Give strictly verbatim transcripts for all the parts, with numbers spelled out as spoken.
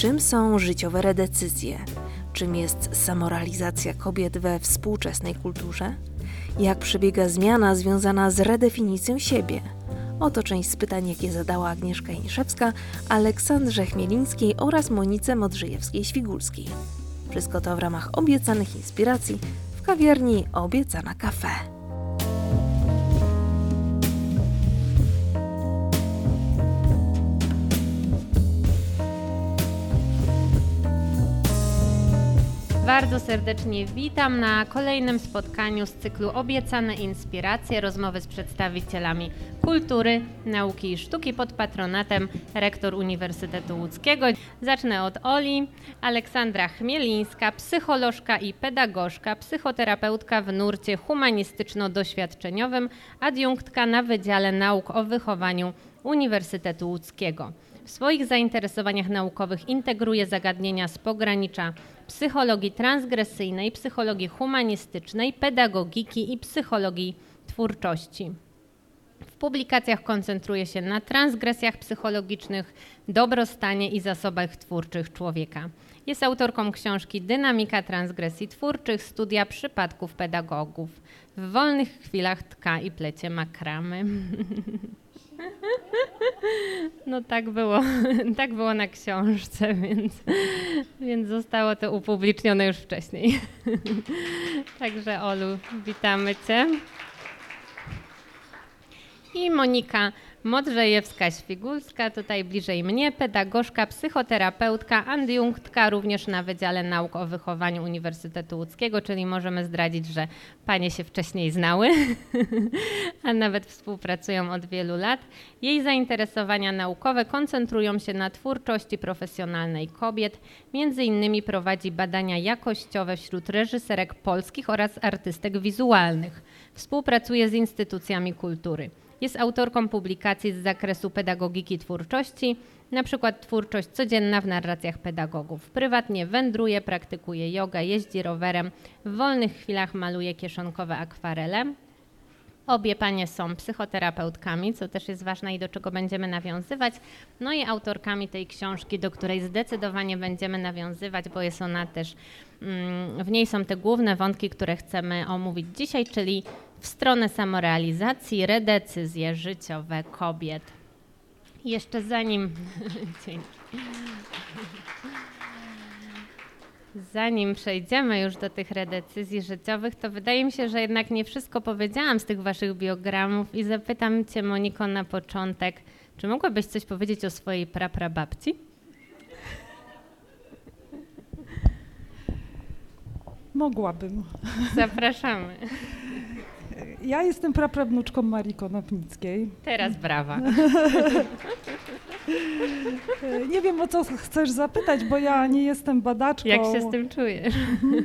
Czym są życiowe redecyzje? Czym jest samorealizacja kobiet we współczesnej kulturze? Jak przebiega zmiana związana z redefinicją siebie? Oto część z pytań, jakie zadała Agnieszka Janiszewska, Aleksandrze Chmielińskiej oraz Monice Modrzejewskiej-Świgulskiej. Wszystko to w ramach obiecanych inspiracji w kawiarni Obiecana Cafe. Bardzo serdecznie witam na kolejnym spotkaniu z cyklu Obiecane Inspiracje, rozmowy z przedstawicielami kultury, nauki i sztuki pod patronatem rektor Uniwersytetu Łódzkiego. Zacznę od Oli. Aleksandra Chmielińska, psycholożka i pedagogzka, psychoterapeutka w nurcie humanistyczno-doświadczeniowym, adiunktka na Wydziale Nauk o Wychowaniu Uniwersytetu Łódzkiego. W swoich zainteresowaniach naukowych integruje zagadnienia z pogranicza psychologii transgresyjnej, psychologii humanistycznej, pedagogiki i psychologii twórczości. W publikacjach koncentruje się na transgresjach psychologicznych, dobrostanie i zasobach twórczych człowieka. Jest autorką książki Dynamika transgresji twórczych, studia przypadków pedagogów. W wolnych chwilach tka i plecie makramy. No tak było, tak było na książce, więc, więc zostało to upublicznione już wcześniej. Także Olu, witamy Cię. I Monika Modrzejewska-Świgulska, tutaj bliżej mnie, pedagogzka, psychoterapeutka, adiunktka również na Wydziale Nauk o Wychowaniu Uniwersytetu Łódzkiego, czyli możemy zdradzić, że panie się wcześniej znały, a nawet współpracują od wielu lat. Jej zainteresowania naukowe koncentrują się na twórczości profesjonalnej kobiet. Między innymi prowadzi badania jakościowe wśród reżyserek polskich oraz artystek wizualnych. Współpracuje z instytucjami kultury. Jest autorką publikacji z zakresu pedagogiki twórczości, na przykład twórczość codzienna w narracjach pedagogów. Prywatnie wędruje, praktykuje jogę, jeździ rowerem, w wolnych chwilach maluje kieszonkowe akwarele. Obie panie są psychoterapeutkami, co też jest ważne i do czego będziemy nawiązywać. No i autorkami tej książki, do której zdecydowanie będziemy nawiązywać, bo jest ona też, w niej są te główne wątki, które chcemy omówić dzisiaj, czyli w stronę samorealizacji, redecyzje życiowe kobiet. Jeszcze zanim... Zanim przejdziemy już do tych redecyzji życiowych, to wydaje mi się, że jednak nie wszystko powiedziałam z tych waszych biogramów i zapytam Cię, Moniko, na początek, czy mogłabyś coś powiedzieć o swojej praprababci? Mogłabym. Zapraszamy. Ja jestem praprawnuczką Marii Konopnickiej. Teraz brawa. Nie wiem, o co chcesz zapytać, bo ja nie jestem badaczką. Jak się z tym czujesz?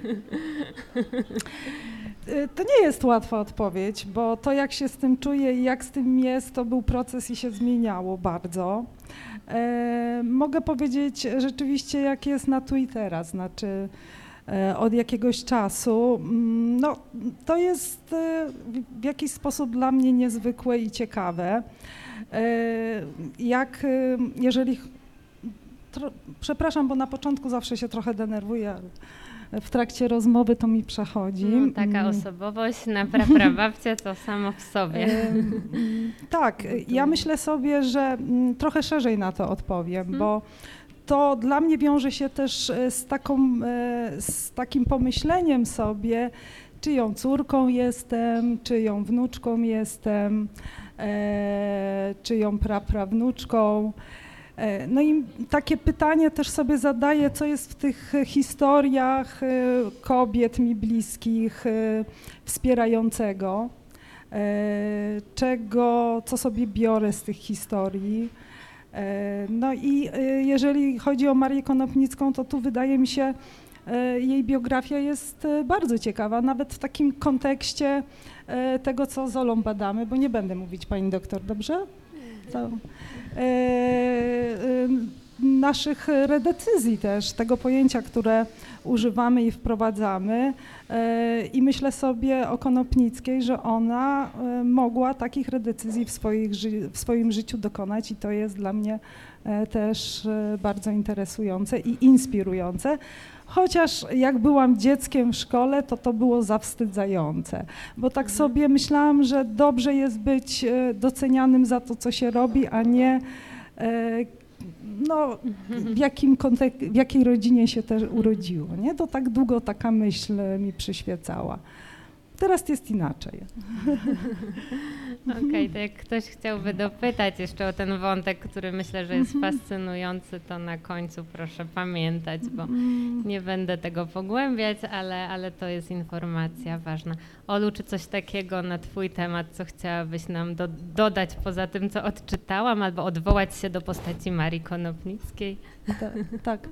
To nie jest łatwa odpowiedź, bo to, jak się z tym czuję i jak z tym jest, to był proces i się zmieniało bardzo. E, mogę powiedzieć rzeczywiście, jak jest na tu i teraz, znaczy od jakiegoś czasu. No, to jest w jakiś sposób dla mnie niezwykłe i ciekawe. Jak, jeżeli, tro, przepraszam, bo na początku zawsze się trochę denerwuję, ale w trakcie rozmowy to mi przechodzi. No, taka osobowość na praprababcie to samo w sobie. Tak, ja myślę sobie, że trochę szerzej na to odpowiem, hmm. bo to dla mnie wiąże się też z, taką, z takim pomyśleniem sobie, czyją córką jestem, czyją wnuczką jestem, e, czyją praprawnuczką. E, no i takie pytanie też sobie zadaję, co jest w tych historiach e, kobiet mi bliskich e, wspierającego, e, czego, co sobie biorę z tych historii. No i jeżeli chodzi o Marię Konopnicką, to tu wydaje mi się, jej biografia jest bardzo ciekawa, nawet w takim kontekście tego, co z Olą badamy, bo nie będę mówić pani doktor, dobrze? To, naszych redecyzji też, tego pojęcia, które używamy i wprowadzamy. I myślę sobie o Konopnickiej, że ona mogła takich redecyzji w, swoich, w swoim życiu dokonać i to jest dla mnie też bardzo interesujące i inspirujące. Chociaż jak byłam dzieckiem w szkole, to to było zawstydzające, bo tak sobie myślałam, że dobrze jest być docenianym za to, co się robi, a nie no, w, jakim kontek- w jakiej rodzinie się też urodziło. Nie? To tak długo taka myśl mi przyświecała. Teraz jest inaczej. Okej, okay, to jak ktoś chciałby dopytać jeszcze o ten wątek, który myślę, że jest fascynujący, to na końcu proszę pamiętać, bo nie będę tego pogłębiać, ale, ale to jest informacja ważna. Olu, czy coś takiego na twój temat, co chciałabyś nam do, dodać poza tym, co odczytałam, albo odwołać się do postaci Marii Konopnickiej? Ta, tak.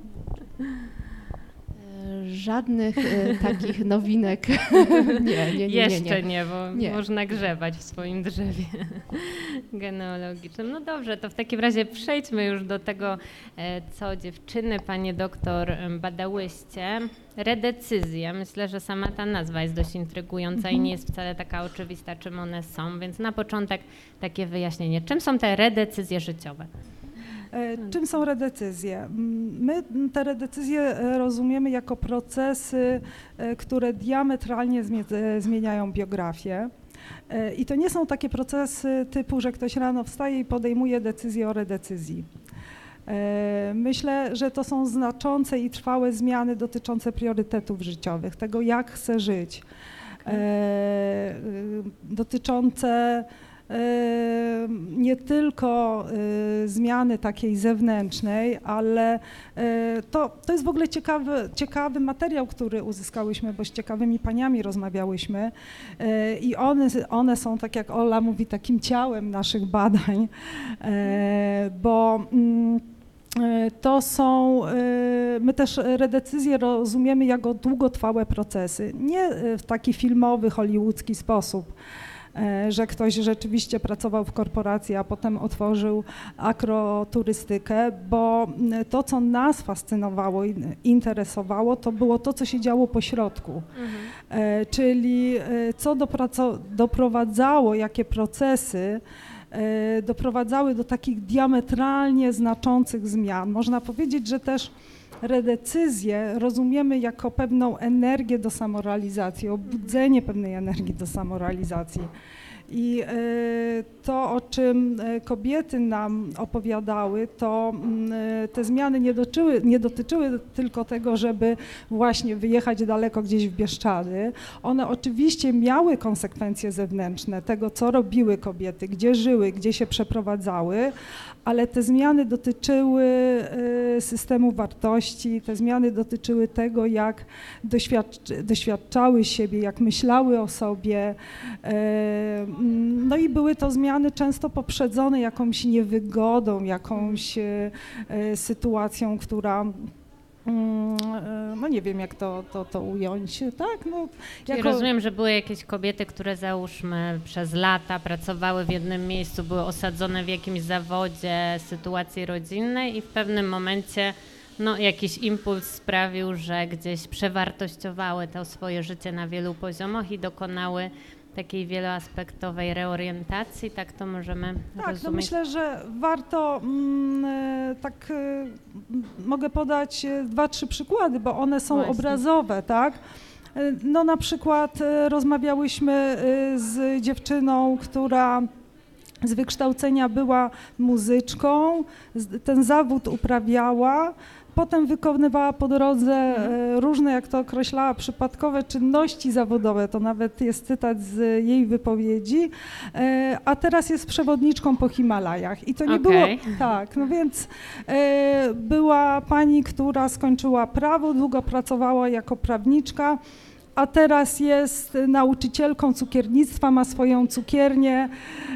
Żadnych y, takich nowinek nie, nie, nie, nie, Jeszcze nie, nie, bo nie. można grzebać w swoim drzewie genealogicznym. No dobrze, to w takim razie przejdźmy już do tego, co dziewczyny, panie doktor, badałyście. Redecyzje. Myślę, że sama ta nazwa jest dość intrygująca i nie jest wcale taka oczywista, czym one są, więc na początek takie wyjaśnienie. Czym są te redecyzje życiowe? Czym są redecyzje? My te redecyzje rozumiemy jako procesy, które diametralnie zmieniają biografię. I to nie są takie procesy typu, że ktoś rano wstaje i podejmuje decyzję o redecyzji. Myślę, że to są znaczące i trwałe zmiany dotyczące priorytetów życiowych, tego jak chcę żyć, dotyczące nie tylko zmiany takiej zewnętrznej, ale to, to jest w ogóle ciekawy, ciekawy materiał, który uzyskałyśmy, bo z ciekawymi paniami rozmawiałyśmy i one, one są, tak jak Ola mówi, takim ciałem naszych badań, bo to są, my też redecyzje rozumiemy jako długotrwałe procesy, nie w taki filmowy, hollywoodzki sposób, że ktoś rzeczywiście pracował w korporacji, a potem otworzył akroturystykę, bo to, co nas fascynowało i interesowało, to było to, co się działo po środku, mhm. czyli co doprowadzało, jakie procesy doprowadzały do takich diametralnie znaczących zmian. Można powiedzieć, że też redecyzję rozumiemy jako pewną energię do samorealizacji, obudzenie pewnej energii do samorealizacji. I to, o czym kobiety nam opowiadały, to te zmiany nie dotyczyły, nie dotyczyły tylko tego, żeby właśnie wyjechać daleko gdzieś w Bieszczady. One oczywiście miały konsekwencje zewnętrzne tego, co robiły kobiety, gdzie żyły, gdzie się przeprowadzały, ale te zmiany dotyczyły systemu wartości, te zmiany dotyczyły tego, jak doświadcz- doświadczały siebie, jak myślały o sobie. No i były to zmiany często poprzedzone jakąś niewygodą, jakąś sytuacją, która, no nie wiem jak to, to, to ująć, tak? No, Czyli jako... rozumiem, że były jakieś kobiety, które załóżmy przez lata pracowały w jednym miejscu, były osadzone w jakimś zawodzie, sytuacji rodzinnej i w pewnym momencie no, jakiś impuls sprawił, że gdzieś przewartościowały to swoje życie na wielu poziomach i dokonały takiej wieloaspektowej reorientacji, tak to możemy tak, rozumieć? No myślę, że warto, mm, tak y, mogę podać dwa, trzy przykłady, bo one są Właśnie. obrazowe, tak? No na przykład y, rozmawiałyśmy y, z dziewczyną, która z wykształcenia była muzyczką, z, ten zawód uprawiała, potem wykonywała po drodze różne, jak to określała, przypadkowe czynności zawodowe, to nawet jest cytat z jej wypowiedzi, a teraz jest przewodniczką po Himalajach. I to nie okay. było, tak, no więc była pani, która skończyła prawo, długo pracowała jako prawniczka, a teraz jest nauczycielką cukiernictwa, ma swoją cukiernię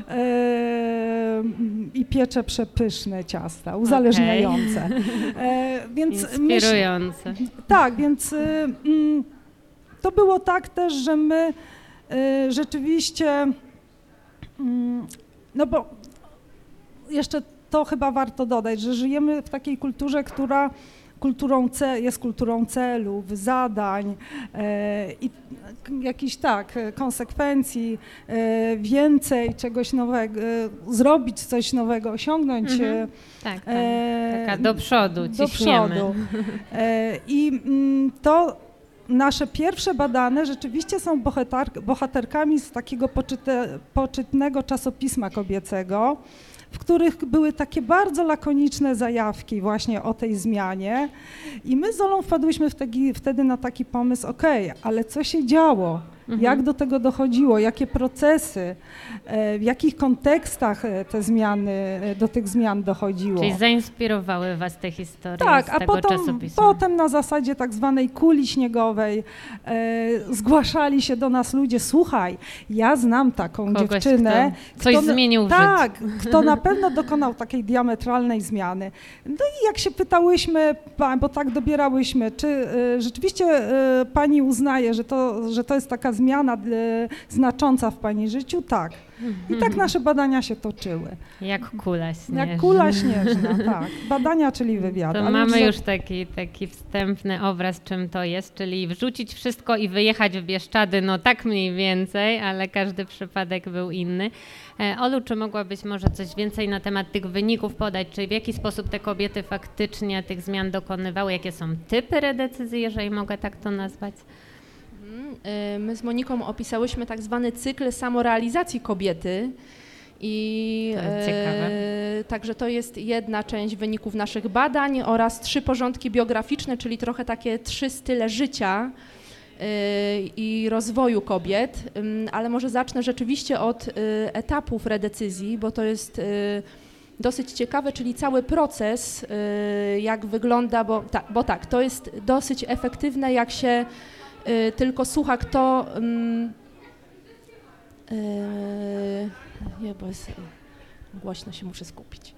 e, i piecze przepyszne ciasta, uzależniające. Okay. E, więc Inspirujące. Myśl, tak, więc y, y, to było tak też, że my y, rzeczywiście, y, no bo jeszcze to chyba warto dodać, że żyjemy w takiej kulturze, która kulturą ce, jest kulturą celów, zadań e, i jakichś tak, konsekwencji, e, więcej czegoś nowego, e, zrobić coś nowego, osiągnąć. Mhm. E, Tak, tak. Taka do przodu, do ciśniemy. przodu. E, I mm, to nasze pierwsze badane rzeczywiście są bohater, bohaterkami z takiego poczyte, poczytnego czasopisma kobiecego, w których były takie bardzo lakoniczne zajawki właśnie o tej zmianie i my z Olą wpadłyśmy wtedy, wtedy na taki pomysł, okej, okay, ale co się działo? Mhm. Jak do tego dochodziło? Jakie procesy? W jakich kontekstach te zmiany, do tych zmian dochodziło? Czyli zainspirowały was te historie tak, z a tego potem, czasopisma. potem na zasadzie tak zwanej kuli śniegowej e, zgłaszali się do nas ludzie, słuchaj, ja znam taką Kogoś, dziewczynę. Kto coś kto, zmienił w tak, życiu. kto na pewno dokonał takiej diametralnej zmiany. No i jak się pytałyśmy, bo tak dobierałyśmy, czy e, rzeczywiście e, pani uznaje, że to, że to jest taka zmiana e, znacząca w pani życiu? Tak. I tak nasze badania się toczyły. Jak kula śnieżna. Jak kula śnieżna, tak. Badania, czyli wywiad. To ale mamy za- już taki, taki wstępny obraz, czym to jest, czyli wrzucić wszystko i wyjechać w Bieszczady, no tak mniej więcej, ale każdy przypadek był inny. E, Olu, czy mogłabyś może coś więcej na temat tych wyników podać, czyli w jaki sposób te kobiety faktycznie tych zmian dokonywały, jakie są typy redecyzji, jeżeli mogę tak to nazwać? My z Moniką opisałyśmy tak zwany cykl samorealizacji kobiety i To jest ciekawe. e, także to jest jedna część wyników naszych badań oraz trzy porządki biograficzne, czyli trochę takie trzy style życia e, i rozwoju kobiet, Ym, ale może zacznę rzeczywiście od e, etapów redecyzji, bo to jest e, dosyć ciekawe, czyli cały proces, e, jak wygląda, bo, ta, bo tak, to jest dosyć efektywne, jak się Y, tylko słucha, kto... Um, y, nie, bo jest, głośno się muszę skupić.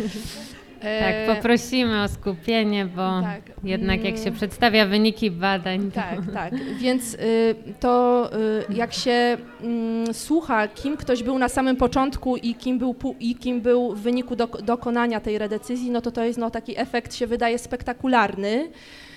Tak, poprosimy o skupienie, bo tak, jednak jak się mm, przedstawia wyniki badań. To... Tak, tak, więc y, to y, jak się y, słucha, kim ktoś był na samym początku i kim był, i kim był w wyniku do, dokonania tej redecyzji, no to to jest no, taki efekt się wydaje spektakularny.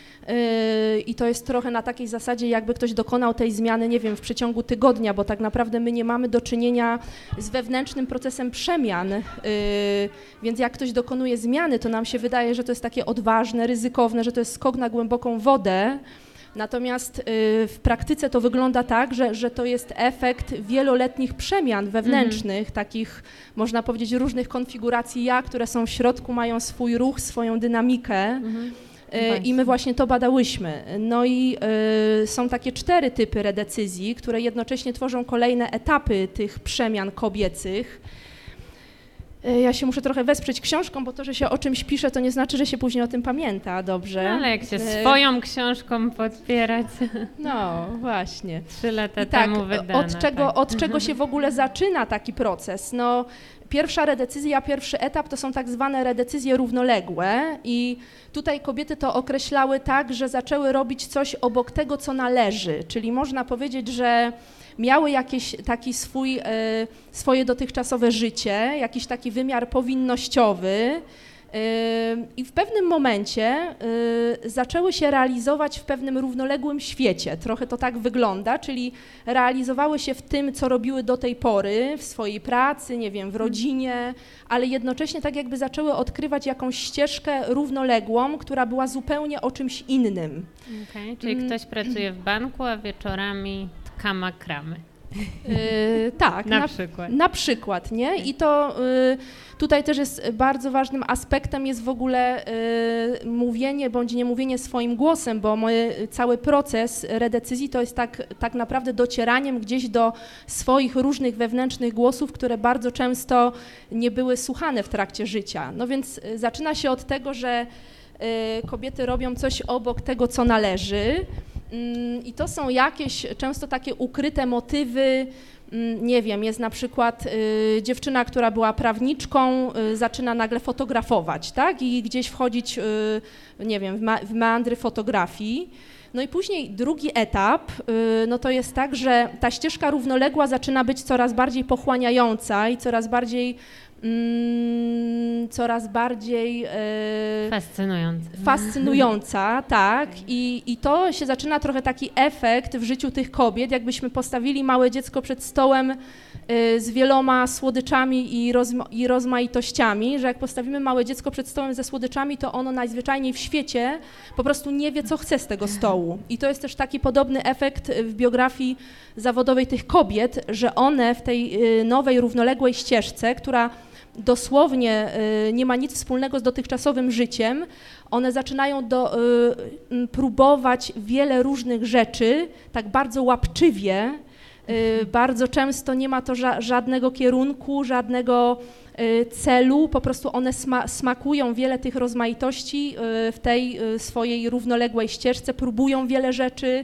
I to jest trochę na takiej zasadzie, jakby ktoś dokonał tej zmiany, nie wiem, w przeciągu tygodnia, bo tak naprawdę my nie mamy do czynienia z wewnętrznym procesem przemian, więc jak ktoś dokonuje zmiany, to nam się wydaje, że to jest takie odważne, ryzykowne, że to jest skok na głęboką wodę. Natomiast w praktyce to wygląda tak, że, że to jest efekt wieloletnich przemian wewnętrznych, mhm. takich, można powiedzieć, różnych konfiguracji ja, które są w środku, mają swój ruch, swoją dynamikę. Mhm. I my właśnie to badałyśmy. No i y, są takie cztery typy redecyzji, które jednocześnie tworzą kolejne etapy tych przemian kobiecych. Y, ja się muszę trochę wesprzeć książką, bo to, że się o czymś pisze, to nie znaczy, że się później o tym pamięta dobrze. No, ale jak się swoją książką podpierać. No właśnie. Trzy lata I tak, temu wydana. Od czego, tak. od czego się w ogóle zaczyna taki proces? No, pierwsza redecyzja, pierwszy etap to są tak zwane redecyzje równoległe i tutaj kobiety to określały tak, że zaczęły robić coś obok tego, co należy, czyli można powiedzieć, że miały jakiś taki swój, e, swoje dotychczasowe życie, jakiś taki wymiar powinnościowy i w pewnym momencie y, zaczęły się realizować w pewnym równoległym świecie. Trochę to tak wygląda, czyli realizowały się w tym, co robiły do tej pory, w swojej pracy, nie wiem, w rodzinie, ale jednocześnie tak jakby zaczęły odkrywać jakąś ścieżkę równoległą, która była zupełnie o czymś innym. Okay, czyli mm. ktoś pracuje w banku, a wieczorami tka makramy. Yy, tak, na, na przykład. Na przykład, nie? I to y, tutaj też jest bardzo ważnym aspektem jest w ogóle y, mówienie bądź nie mówienie swoim głosem, bo mój cały proces redecyzji to jest tak, tak naprawdę docieraniem gdzieś do swoich różnych wewnętrznych głosów, które bardzo często nie były słuchane w trakcie życia. No więc y, zaczyna się od tego, że y, kobiety robią coś obok tego, co należy. I to są jakieś często takie ukryte motywy, nie wiem, jest na przykład y, dziewczyna, która była prawniczką, y, zaczyna nagle fotografować, tak? I gdzieś wchodzić, y, nie wiem, w, ma, w meandry fotografii. No i później drugi etap, y, no to jest tak, że ta ścieżka równoległa zaczyna być coraz bardziej pochłaniająca i coraz bardziej mm, coraz bardziej y, Fascynujące. fascynująca, tak. I, I to się zaczyna trochę taki efekt w życiu tych kobiet, jakbyśmy postawili małe dziecko przed stołem y, z wieloma słodyczami i, rozma i rozmaitościami, że jak postawimy małe dziecko przed stołem ze słodyczami, to ono najzwyczajniej w świecie po prostu nie wie, co chce z tego stołu. I to jest też taki podobny efekt w biografii zawodowej tych kobiet, że one w tej y, nowej, równoległej ścieżce, która dosłownie y, nie ma nic wspólnego z dotychczasowym życiem, one zaczynają do, y, próbować wiele różnych rzeczy, tak bardzo łapczywie, y, bardzo często nie ma to ża żadnego kierunku, żadnego y, celu, po prostu one sma smakują wiele tych rozmaitości y, w tej y, swojej równoległej ścieżce, próbują wiele rzeczy,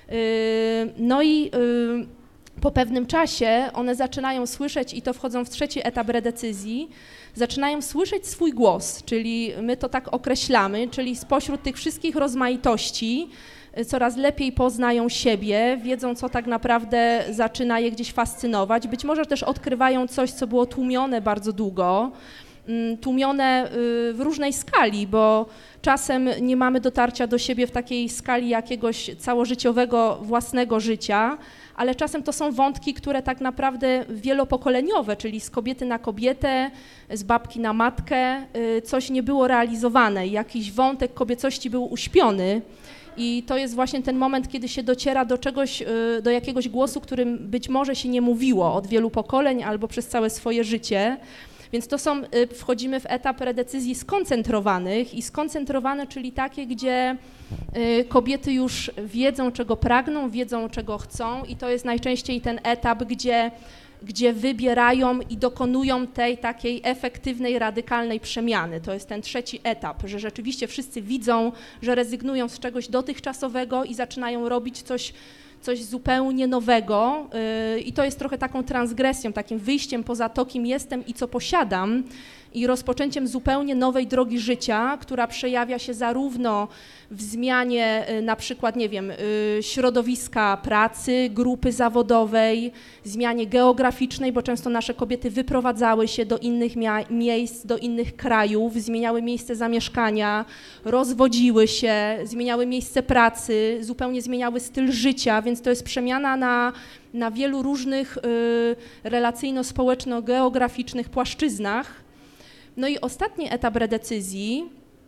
y, no i y, po pewnym czasie one zaczynają słyszeć, i to wchodzą w trzeci etap redecyzji, zaczynają słyszeć swój głos, czyli my to tak określamy, czyli spośród tych wszystkich rozmaitości coraz lepiej poznają siebie, wiedzą, co tak naprawdę zaczyna je gdzieś fascynować, być może też odkrywają coś, co było tłumione bardzo długo, tłumione w różnej skali, bo czasem nie mamy dotarcia do siebie w takiej skali jakiegoś całożyciowego własnego życia, ale czasem to są wątki, które tak naprawdę wielopokoleniowe, czyli z kobiety na kobietę, z babki na matkę, coś nie było realizowane, jakiś wątek kobiecości był uśpiony i to jest właśnie ten moment, kiedy się dociera do czegoś, do jakiegoś głosu, którym być może się nie mówiło od wielu pokoleń albo przez całe swoje życie. Więc to są, wchodzimy w etap redecyzji skoncentrowanych i skoncentrowane, czyli takie, gdzie kobiety już wiedzą, czego pragną, wiedzą, czego chcą i to jest najczęściej ten etap, gdzie, gdzie wybierają i dokonują tej takiej efektywnej, radykalnej przemiany. To jest ten trzeci etap, że rzeczywiście wszyscy widzą, że rezygnują z czegoś dotychczasowego i zaczynają robić coś, coś zupełnie nowego yy, i to jest trochę taką transgresją, takim wyjściem poza to, kim jestem i co posiadam i rozpoczęciem zupełnie nowej drogi życia, która przejawia się zarówno w zmianie yy, na przykład, nie wiem, yy, środowiska pracy, grupy zawodowej, zmianie geograficznej, bo często nasze kobiety wyprowadzały się do innych miejsc, do innych krajów, zmieniały miejsce zamieszkania, rozwodziły się, zmieniały miejsce pracy, zupełnie zmieniały styl życia, więc to jest przemiana na, na wielu różnych y, relacyjno-społeczno-geograficznych płaszczyznach. No i ostatni etap redecyzji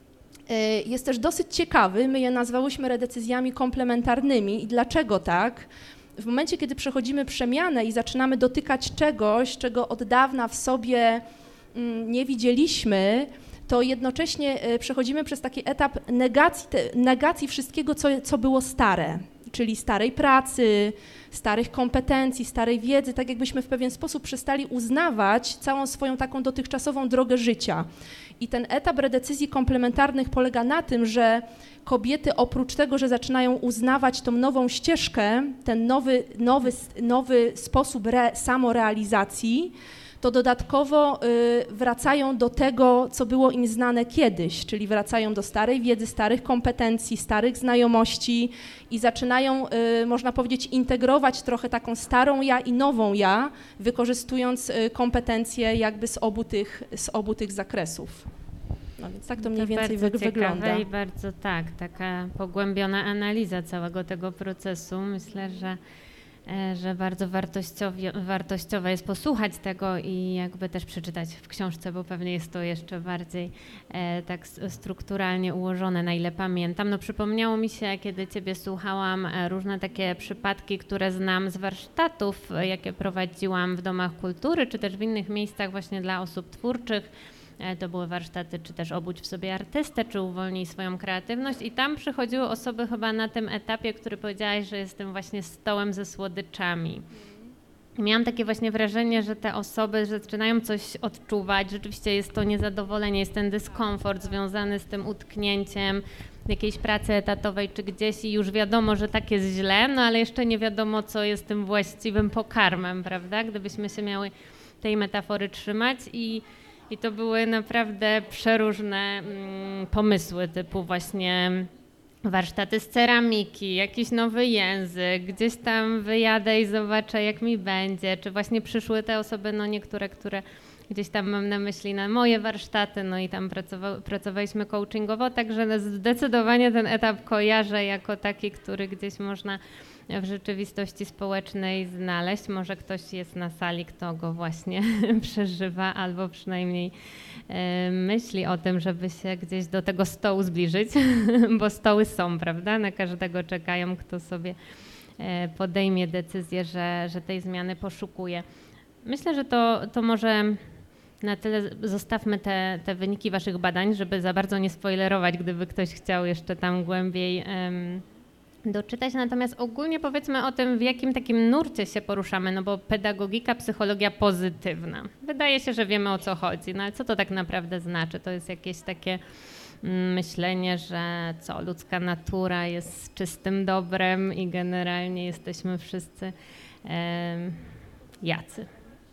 y, jest też dosyć ciekawy, my je nazwałyśmy redecyzjami komplementarnymi i dlaczego tak? W momencie, kiedy przechodzimy przemianę i zaczynamy dotykać czegoś, czego od dawna w sobie y, nie widzieliśmy, to jednocześnie przechodzimy przez taki etap negacji, negacji wszystkiego, co, co było stare, czyli starej pracy, starych kompetencji, starej wiedzy, tak jakbyśmy w pewien sposób przestali uznawać całą swoją taką dotychczasową drogę życia. I ten etap redecyzji komplementarnych polega na tym, że kobiety oprócz tego, że zaczynają uznawać tą nową ścieżkę, ten nowy, nowy, nowy sposób re, samorealizacji, to dodatkowo y, wracają do tego, co było im znane kiedyś, czyli wracają do starej wiedzy, starych kompetencji, starych znajomości i zaczynają, y, można powiedzieć, integrować trochę taką starą ja i nową ja, wykorzystując y, kompetencje jakby z obu tych, z obu tych zakresów. No więc tak to mniej to więcej bardzo wy wygląda. I bardzo tak, taka pogłębiona analiza całego tego procesu. Myślę, że że bardzo wartościowe jest posłuchać tego i jakby też przeczytać w książce, bo pewnie jest to jeszcze bardziej e, tak strukturalnie ułożone, na ile pamiętam. No przypomniało mi się, kiedy Ciebie słuchałam, e, różne takie przypadki, które znam z warsztatów, e, jakie prowadziłam w domach kultury, czy też w innych miejscach właśnie dla osób twórczych. To były warsztaty, czy też obudź w sobie artystę, czy uwolnij swoją kreatywność i tam przychodziły osoby chyba na tym etapie, który powiedziałaś, że jestem właśnie stołem ze słodyczami. Miałam takie właśnie wrażenie, że te osoby zaczynają coś odczuwać, rzeczywiście jest to niezadowolenie, jest ten dyskomfort związany z tym utknięciem w jakiejś pracy etatowej czy gdzieś i już wiadomo, że tak jest źle, no ale jeszcze nie wiadomo, co jest tym właściwym pokarmem, prawda, gdybyśmy się miały tej metafory trzymać i I to były naprawdę przeróżne mm, pomysły typu właśnie warsztaty z ceramiki, jakiś nowy język, gdzieś tam wyjadę i zobaczę, jak mi będzie, czy właśnie przyszły te osoby, no niektóre, które gdzieś tam mam na myśli na moje warsztaty, no i tam pracowa- pracowaliśmy coachingowo, także zdecydowanie ten etap kojarzę jako taki, który gdzieś można w rzeczywistości społecznej znaleźć. Może ktoś jest na sali, kto go właśnie przeżywa albo przynajmniej e, myśli o tym, żeby się gdzieś do tego stołu zbliżyć, bo stoły są, prawda? Na każdego czekają, kto sobie e, podejmie decyzję, że, że tej zmiany poszukuje. Myślę, że to, to może na tyle zostawmy te, te wyniki waszych badań, żeby za bardzo nie spoilerować, gdyby ktoś chciał jeszcze tam głębiej um, doczytać. Natomiast ogólnie powiedzmy o tym, w jakim takim nurcie się poruszamy, no bo pedagogika, psychologia pozytywna. Wydaje się, że wiemy, o co chodzi, no ale co to tak naprawdę znaczy? To jest jakieś takie myślenie, że co, ludzka natura jest czystym dobrem i generalnie jesteśmy wszyscy um, jacy.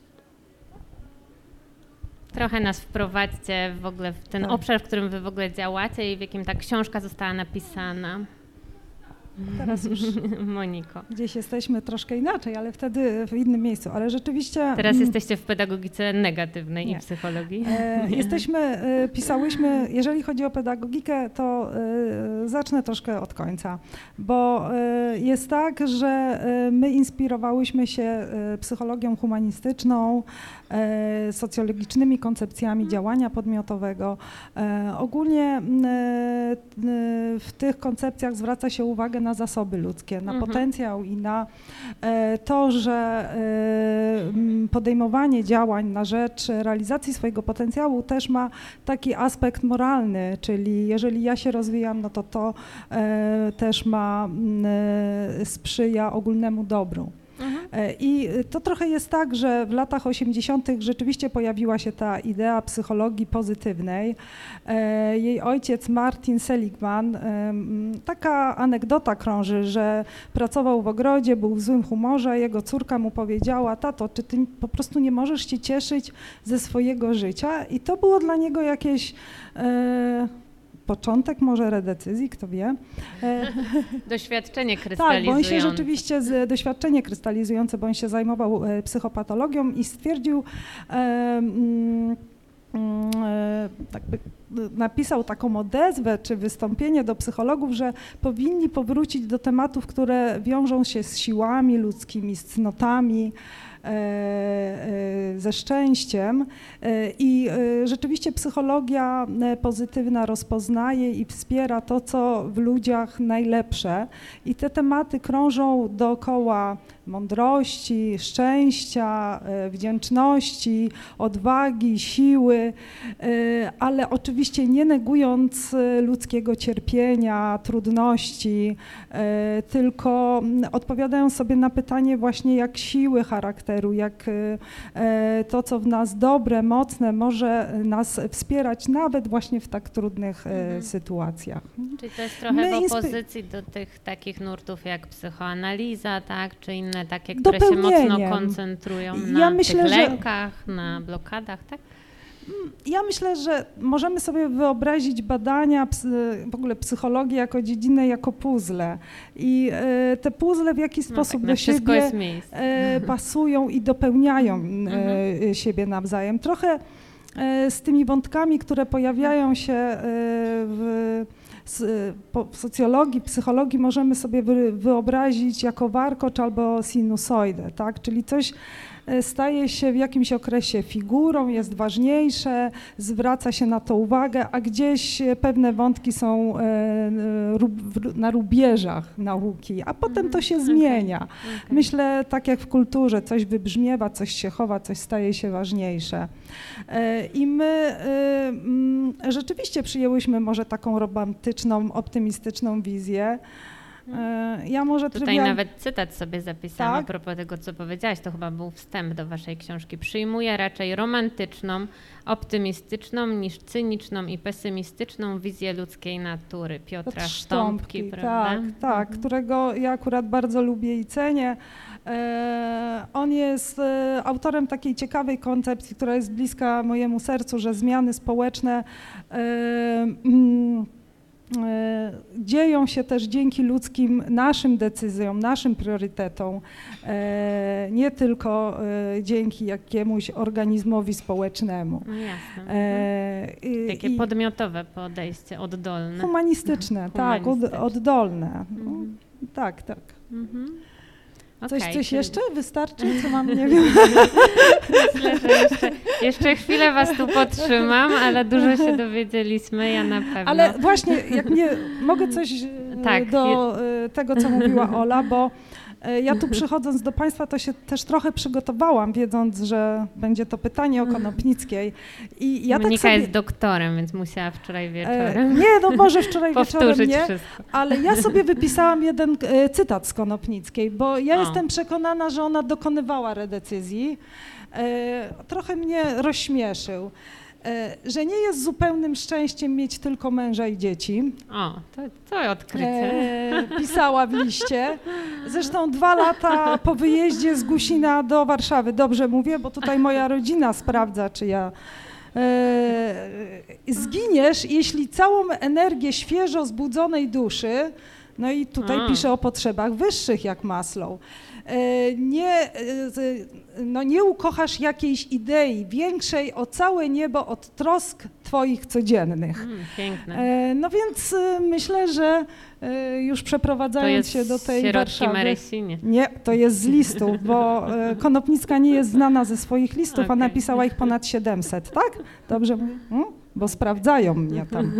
Trochę nas wprowadźcie w ogóle w ten tak. obszar, w którym wy w ogóle działacie i w jakim ta książka została napisana. Teraz już Moniko. gdzieś jesteśmy troszkę inaczej, ale wtedy w innym miejscu, ale rzeczywiście... Teraz mm, jesteście w pedagogice negatywnej Nie. i psychologii. E, jesteśmy, e, pisałyśmy, jeżeli chodzi o pedagogikę, to e, zacznę troszkę od końca, bo e, jest tak, że e, my inspirowałyśmy się e, psychologią humanistyczną, e, socjologicznymi koncepcjami działania podmiotowego. E, ogólnie m, e, w tych koncepcjach zwraca się uwagę na zasoby ludzkie, na Mhm. potencjał i na e, to, że e, m, podejmowanie działań na rzecz realizacji swojego potencjału też ma taki aspekt moralny, czyli jeżeli ja się rozwijam, no to to e, też ma, m, e, sprzyja ogólnemu dobru. Mhm. E, I to trochę jest tak, że w latach osiemdziesiątych rzeczywiście pojawiła się ta idea psychologii pozytywnej. E, Jej ojciec Martin Seligman, em, taka anegdota krąży, że pracował w ogrodzie, był w złym humorze, jego córka mu powiedziała: tato, czy ty po prostu nie możesz się cieszyć ze swojego życia? I to było dla niego jakieś... E, początek może redecyzji, kto wie. E, Doświadczenie tak, krystalizujące. bo on się rzeczywiście, z, doświadczenie krystalizujące, bo on się zajmował e, psychopatologią i stwierdził, e, mm, e, tak by, napisał taką odezwę czy wystąpienie do psychologów, że powinni powrócić do tematów, które wiążą się z siłami ludzkimi, z cnotami, ze szczęściem i rzeczywiście psychologia pozytywna rozpoznaje i wspiera to, co w ludziach najlepsze i te tematy krążą dookoła mądrości, szczęścia, wdzięczności, odwagi, siły, ale oczywiście nie negując ludzkiego cierpienia, trudności, tylko odpowiadając sobie na pytanie właśnie, jak siły charakteru, jak to, co w nas dobre, mocne, może nas wspierać nawet właśnie w tak trudnych Mhm. sytuacjach. Czyli to jest trochę My w inspi- opozycji do tych takich nurtów jak psychoanaliza, tak? Czy inne takie, które się mocno Dopełnieniem. koncentrują Ja na myślę, tych że- lękach, na blokadach, tak? Ja myślę, że możemy sobie wyobrazić badania, psy- w ogóle psychologii jako dziedzinę, jako puzzle. I e, te puzzle w jakiś No sposób tak, do na wszystko siebie jest miejsce. e, pasują i dopełniają e, siebie nawzajem. Trochę e, z tymi wątkami, które pojawiają się e, w, s- po, w socjologii, psychologii, możemy sobie wy, wyobrazić jako warkocz albo sinusoidę, tak? Czyli coś e, staje się w jakimś okresie figurą, jest ważniejsze, zwraca się na to uwagę, a gdzieś e, pewne wątki są e, rub, w- na rubieżach nauki, a potem to się Okej. zmienia. Okej. Myślę, tak jak w kulturze, coś wybrzmiewa, coś się chowa, coś staje się ważniejsze. E, I my e, mm, rzeczywiście przyjęłyśmy może taką romantyczną, optymistyczną wizję. E, Ja może Tutaj trywial- nawet cytat sobie zapisałam Tak? a propos tego, co powiedziałaś, to chyba był wstęp do waszej książki. Przyjmuję raczej romantyczną, optymistyczną niż cyniczną i pesymistyczną wizję ludzkiej natury. Piotra Piotr Sztompki, prawda? tak, tak, Mhm. którego ja akurat bardzo lubię i cenię. E, on jest e, autorem takiej ciekawej koncepcji, która jest bliska mojemu sercu, że zmiany społeczne e, mm, e, dzieją się też dzięki ludzkim naszym decyzjom, naszym priorytetom, e, nie tylko e, dzięki jakiemuś organizmowi społecznemu. No jasne. E, i- Takie i podmiotowe podejście, oddolne. humanistyczne, tak, od, Humanistyczne. oddolne. No, Mhm. tak, tak. Mhm. Coś, Okej, coś czyli jeszcze wystarczy, co mam, nie wiem. Myślę, że jeszcze, jeszcze chwilę was tu podtrzymam, ale dużo się dowiedzieliśmy, ja na pewno. Ale właśnie, jak nie, mogę coś e, Tak, do e, tego, co mówiła Ola, bo e, ja tu przychodząc do Państwa, to się też trochę przygotowałam, wiedząc, że będzie to pytanie o Konopnickiej. I ja Monika tak sobie, jest doktorem, więc musiała wczoraj e, wieczorem nie, no może wczoraj wieczorem powtórzyć nie, wszystko. ale ja sobie wypisałam jeden e, cytat z Konopnickiej, bo ja O. jestem przekonana, że ona dokonywała redecyzji. E, trochę mnie rozśmieszył, e, że nie jest zupełnym szczęściem mieć tylko męża i dzieci. O, to, to odkrycie. E, pisała w liście. Zresztą dwa lata po wyjeździe z Gusina do Warszawy. Dobrze mówię, bo tutaj moja rodzina sprawdza, czy ja... E, zginiesz, jeśli całą energię świeżo zbudzonej duszy, no i tutaj A. pisze o potrzebach wyższych jak Maslow, e, nie, e, z- no nie ukochasz jakiejś idei większej o całe niebo od trosk twoich codziennych. Mm, piękne. E, No więc e, myślę, że e, już To przeprowadzając jest się do tej sierotki Warszawy... Marysinie. Nie, to jest z listów, bo e, Konopnicka nie jest znana ze swoich listów, a Okej. napisała ich ponad siedemset, tak? Dobrze mówię? Hmm? Bo sprawdzają mnie tam.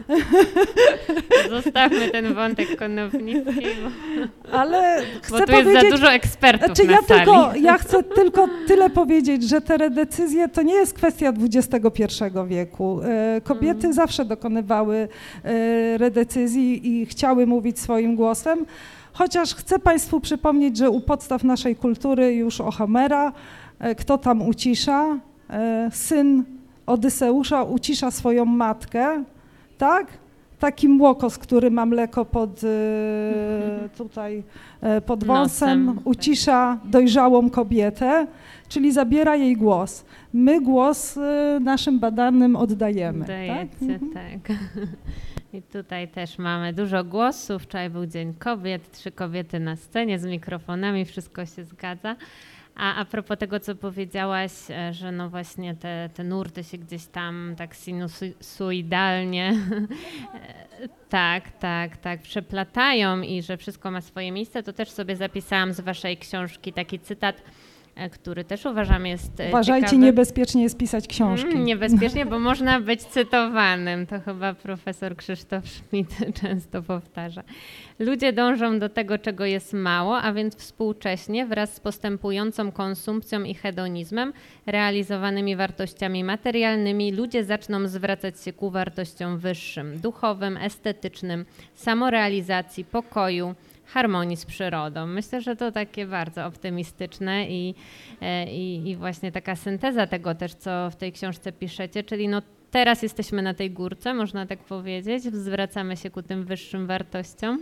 Zostawmy ten wątek Konopnickiej, bo, Ale bo chcę tu jest za powiedzieć... dużo ekspertów Znaczy na ja, sali. tylko, ja chcę tylko tyle powiedzieć, że te redecyzje to nie jest kwestia dwudziestego pierwszego wieku. E, Kobiety Mhm. zawsze dokonywały e, redecyzji i chciały mówić swoim głosem, chociaż chcę Państwu przypomnieć, że u podstaw naszej kultury już o Homera, e, kto tam ucisza, e, syn Odyseusza ucisza swoją matkę, tak? Taki młokos, który ma mleko pod, e, tutaj e, pod wąsem, Nosem, tak. ucisza dojrzałą kobietę, czyli zabiera jej głos. My głos e, naszym badanym oddajemy. Tak? Dajecie, tak. I tutaj też mamy dużo głosów. Wczoraj był Dzień Kobiet, trzy kobiety na scenie z mikrofonami, wszystko się zgadza. A a propos tego, co powiedziałaś, e, że no właśnie te, te nurty się gdzieś tam tak sinusoidalnie e, tak, tak, tak przeplatają i że wszystko ma swoje miejsce, to też sobie zapisałam z waszej książki taki cytat, e, który też uważam jest e, Uważajcie, ciekawy. niebezpiecznie jest pisać książki. Mm, niebezpiecznie, bo można być cytowanym. To chyba profesor Krzysztof Schmidt często powtarza. Ludzie dążą do tego, czego jest mało, a więc współcześnie wraz z postępującą konsumpcją i hedonizmem, realizowanymi wartościami materialnymi, ludzie zaczną zwracać się ku wartościom wyższym, duchowym, estetycznym, samorealizacji, pokoju, harmonii z przyrodą. Myślę, że to takie bardzo optymistyczne i, e, i, i właśnie taka synteza tego też, co w tej książce piszecie, czyli no teraz jesteśmy na tej górce, można tak powiedzieć, zwracamy się ku tym wyższym wartościom.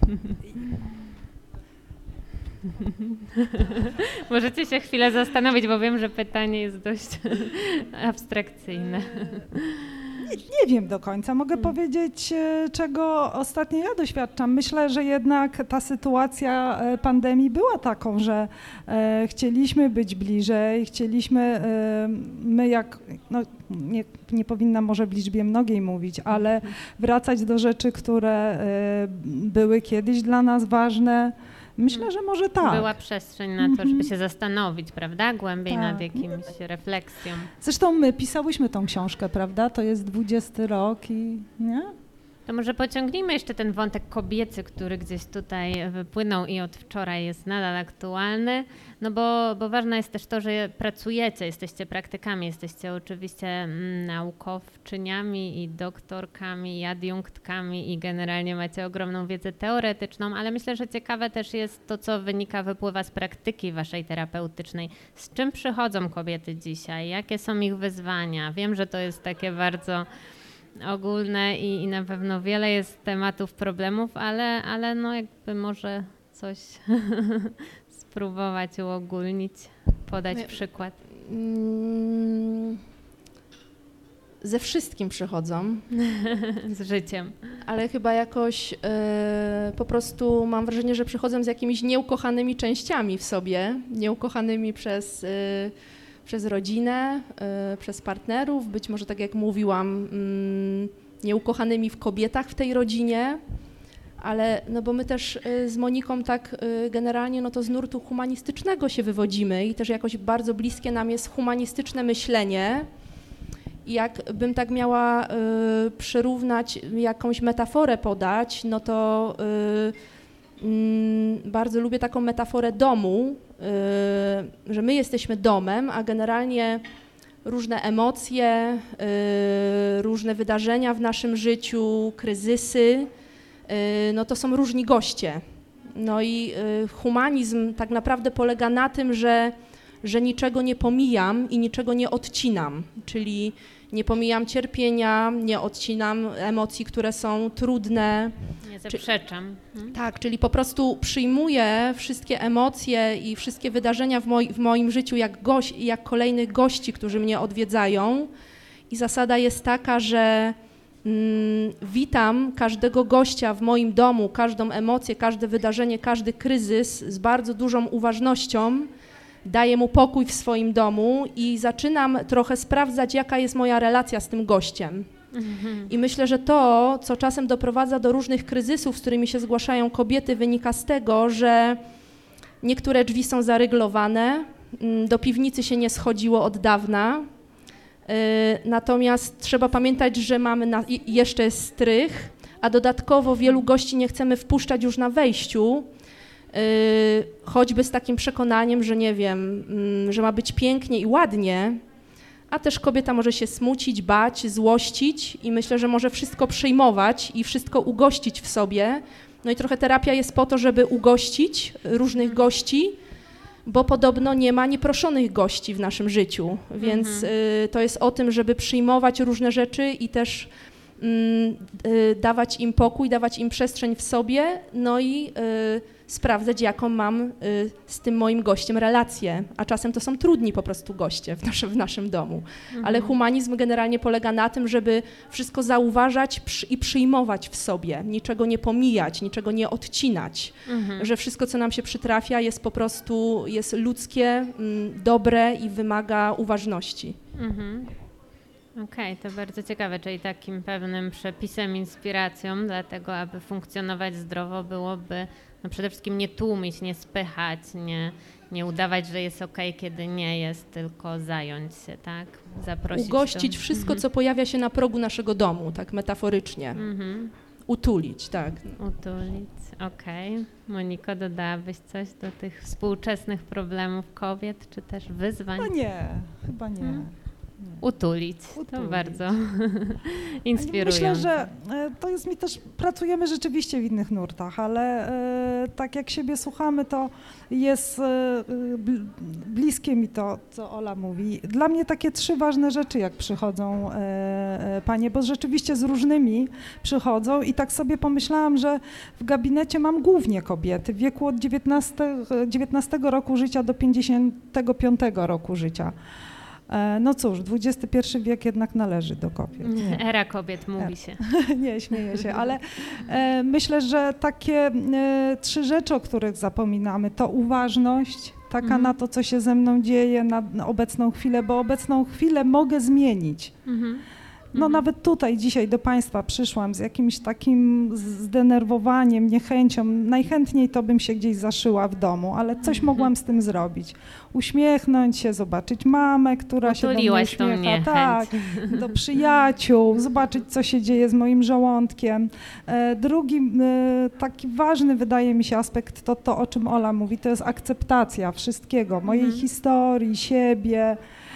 Możecie się chwilę zastanowić, bo wiem, że pytanie jest dość abstrakcyjne. Nie wiem do końca. Mogę powiedzieć, e, czego ostatnio ja doświadczam. Myślę, że jednak ta sytuacja e, pandemii była taką, że e, chcieliśmy być bliżej, chcieliśmy, e, my jak, no nie, nie powinnam może w liczbie mnogiej mówić, ale wracać do rzeczy, które e, były kiedyś dla nas ważne. Myślę, że może tak. Była przestrzeń na to, żeby się zastanowić, prawda, głębiej Tak. nad jakimś refleksją. Zresztą my pisałyśmy tą książkę, prawda? To jest dwudziesty rok i nie? To może pociągnijmy jeszcze ten wątek kobiecy, który gdzieś tutaj wypłynął i od wczoraj jest nadal aktualny, no bo, bo ważne jest też to, że pracujecie, jesteście praktykami, jesteście oczywiście mm, naukowczyniami i doktorkami, i adiunktkami i generalnie macie ogromną wiedzę teoretyczną, ale myślę, że ciekawe też jest to, co wynika, wypływa z praktyki waszej terapeutycznej. Z czym przychodzą kobiety dzisiaj? Jakie są ich wyzwania? Wiem, że to jest takie bardzo ogólne i, i na pewno wiele jest tematów, problemów, ale, ale no jakby może coś spróbować uogólnić, podać My- przykład. Mm, Ze wszystkim przychodzą, Z życiem. ale chyba jakoś e, po prostu mam wrażenie, że przychodzę z jakimiś nieukochanymi częściami w sobie, nieukochanymi przez, e, przez rodzinę, e, przez partnerów, być może tak jak mówiłam, mm, nieukochanymi w kobietach w tej rodzinie, ale no bo my też e, z Moniką tak e, generalnie no to z nurtu humanistycznego się wywodzimy i też jakoś bardzo bliskie nam jest humanistyczne myślenie. I jakbym tak miała y, przyrównać, jakąś metaforę podać, no to y, y, bardzo lubię taką metaforę domu, y, że my jesteśmy domem, a generalnie różne emocje, y, różne wydarzenia w naszym życiu, kryzysy, y, no to są różni goście. No i y, humanizm tak naprawdę polega na tym, że że niczego nie pomijam i niczego nie odcinam, czyli nie pomijam cierpienia, nie odcinam emocji, które są trudne. Nie zaprzeczam. Hmm? Tak, czyli po prostu przyjmuję wszystkie emocje i wszystkie wydarzenia w, moj, w moim życiu jak, gość, jak kolejnych gości, którzy mnie odwiedzają i zasada jest taka, że mm, witam każdego gościa w moim domu, każdą emocję, każde wydarzenie, każdy kryzys z bardzo dużą uważnością, daję mu pokój w swoim domu i zaczynam trochę sprawdzać, jaka jest moja relacja z tym gościem. Mhm. I myślę, że to, co czasem doprowadza do różnych kryzysów, z którymi się zgłaszają kobiety, wynika z tego, że niektóre drzwi są zaryglowane, do piwnicy się nie schodziło od dawna, natomiast trzeba pamiętać, że mamy na, jeszcze strych, a dodatkowo wielu gości nie chcemy wpuszczać już na wejściu, Yy, choćby z takim przekonaniem, że nie wiem, yy, że ma być pięknie i ładnie, a też kobieta może się smucić, bać, złościć i myślę, że może wszystko przyjmować i wszystko ugościć w sobie. No i trochę terapia jest po to, żeby ugościć różnych gości, bo podobno nie ma nieproszonych gości w naszym życiu, więc mhm. yy, to jest o tym, żeby przyjmować różne rzeczy i też yy, dawać im pokój, dawać im przestrzeń w sobie, no i yy, sprawdzać, jaką mam y, z tym moim gościem relację, a czasem to są trudni po prostu goście w, nasze, w naszym domu. Mhm. Ale humanizm generalnie polega na tym, żeby wszystko zauważać przy, i przyjmować w sobie, niczego nie pomijać, niczego nie odcinać, mhm. że wszystko, co nam się przytrafia, jest po prostu jest ludzkie, m, dobre i wymaga uważności. Mhm. Okej, okay, to bardzo ciekawe, czyli takim pewnym przepisem, inspiracją dla tego, aby funkcjonować zdrowo byłoby no przede wszystkim nie tłumić, nie spychać, nie, nie udawać, że jest okej, okay, kiedy nie jest, tylko zająć się, tak? Zaprosić. Ugościć do... wszystko, mhm. co pojawia się na progu naszego domu, tak metaforycznie. Mhm. Utulić, tak. Utulić, okej. Okay. Moniko, dodałabyś coś do tych współczesnych problemów kobiet, czy też wyzwań? No nie, chyba nie. Hmm? Utulić. Utulić, to bardzo inspirujące. Myślę, że to jest mi też, pracujemy rzeczywiście w innych nurtach, ale e, tak jak siebie słuchamy, to jest e, bliskie mi to, co Ola mówi. Dla mnie takie trzy ważne rzeczy, jak przychodzą e, panie, bo rzeczywiście z różnymi przychodzą i tak sobie pomyślałam, że w gabinecie mam głównie kobiety w wieku od dziewiętnastego roku życia do pięćdziesiątego piątego roku życia. No cóż, dwudziesty pierwszy wiek jednak należy do kobiet. Nie. Era kobiet, mówi się. Nie, śmieję się, ale e, myślę, że takie e, trzy rzeczy, o których zapominamy, to uważność, taka mhm. na to, co się ze mną dzieje na, na obecną chwilę, bo obecną chwilę mogę zmienić. Mhm. No mhm. nawet tutaj dzisiaj do Państwa przyszłam z jakimś takim zdenerwowaniem, niechęcią. Najchętniej to bym się gdzieś zaszyła w domu, ale coś mhm. mogłam z tym zrobić. Uśmiechnąć się, zobaczyć mamę, która Utuliłaś się do mnie uśmiecha. Tą niechęć. Tak, do przyjaciół, zobaczyć, co się dzieje z moim żołądkiem. E, drugi e, taki ważny, wydaje mi się, aspekt to to, o czym Ola mówi, to jest akceptacja wszystkiego, mojej mhm. historii, siebie,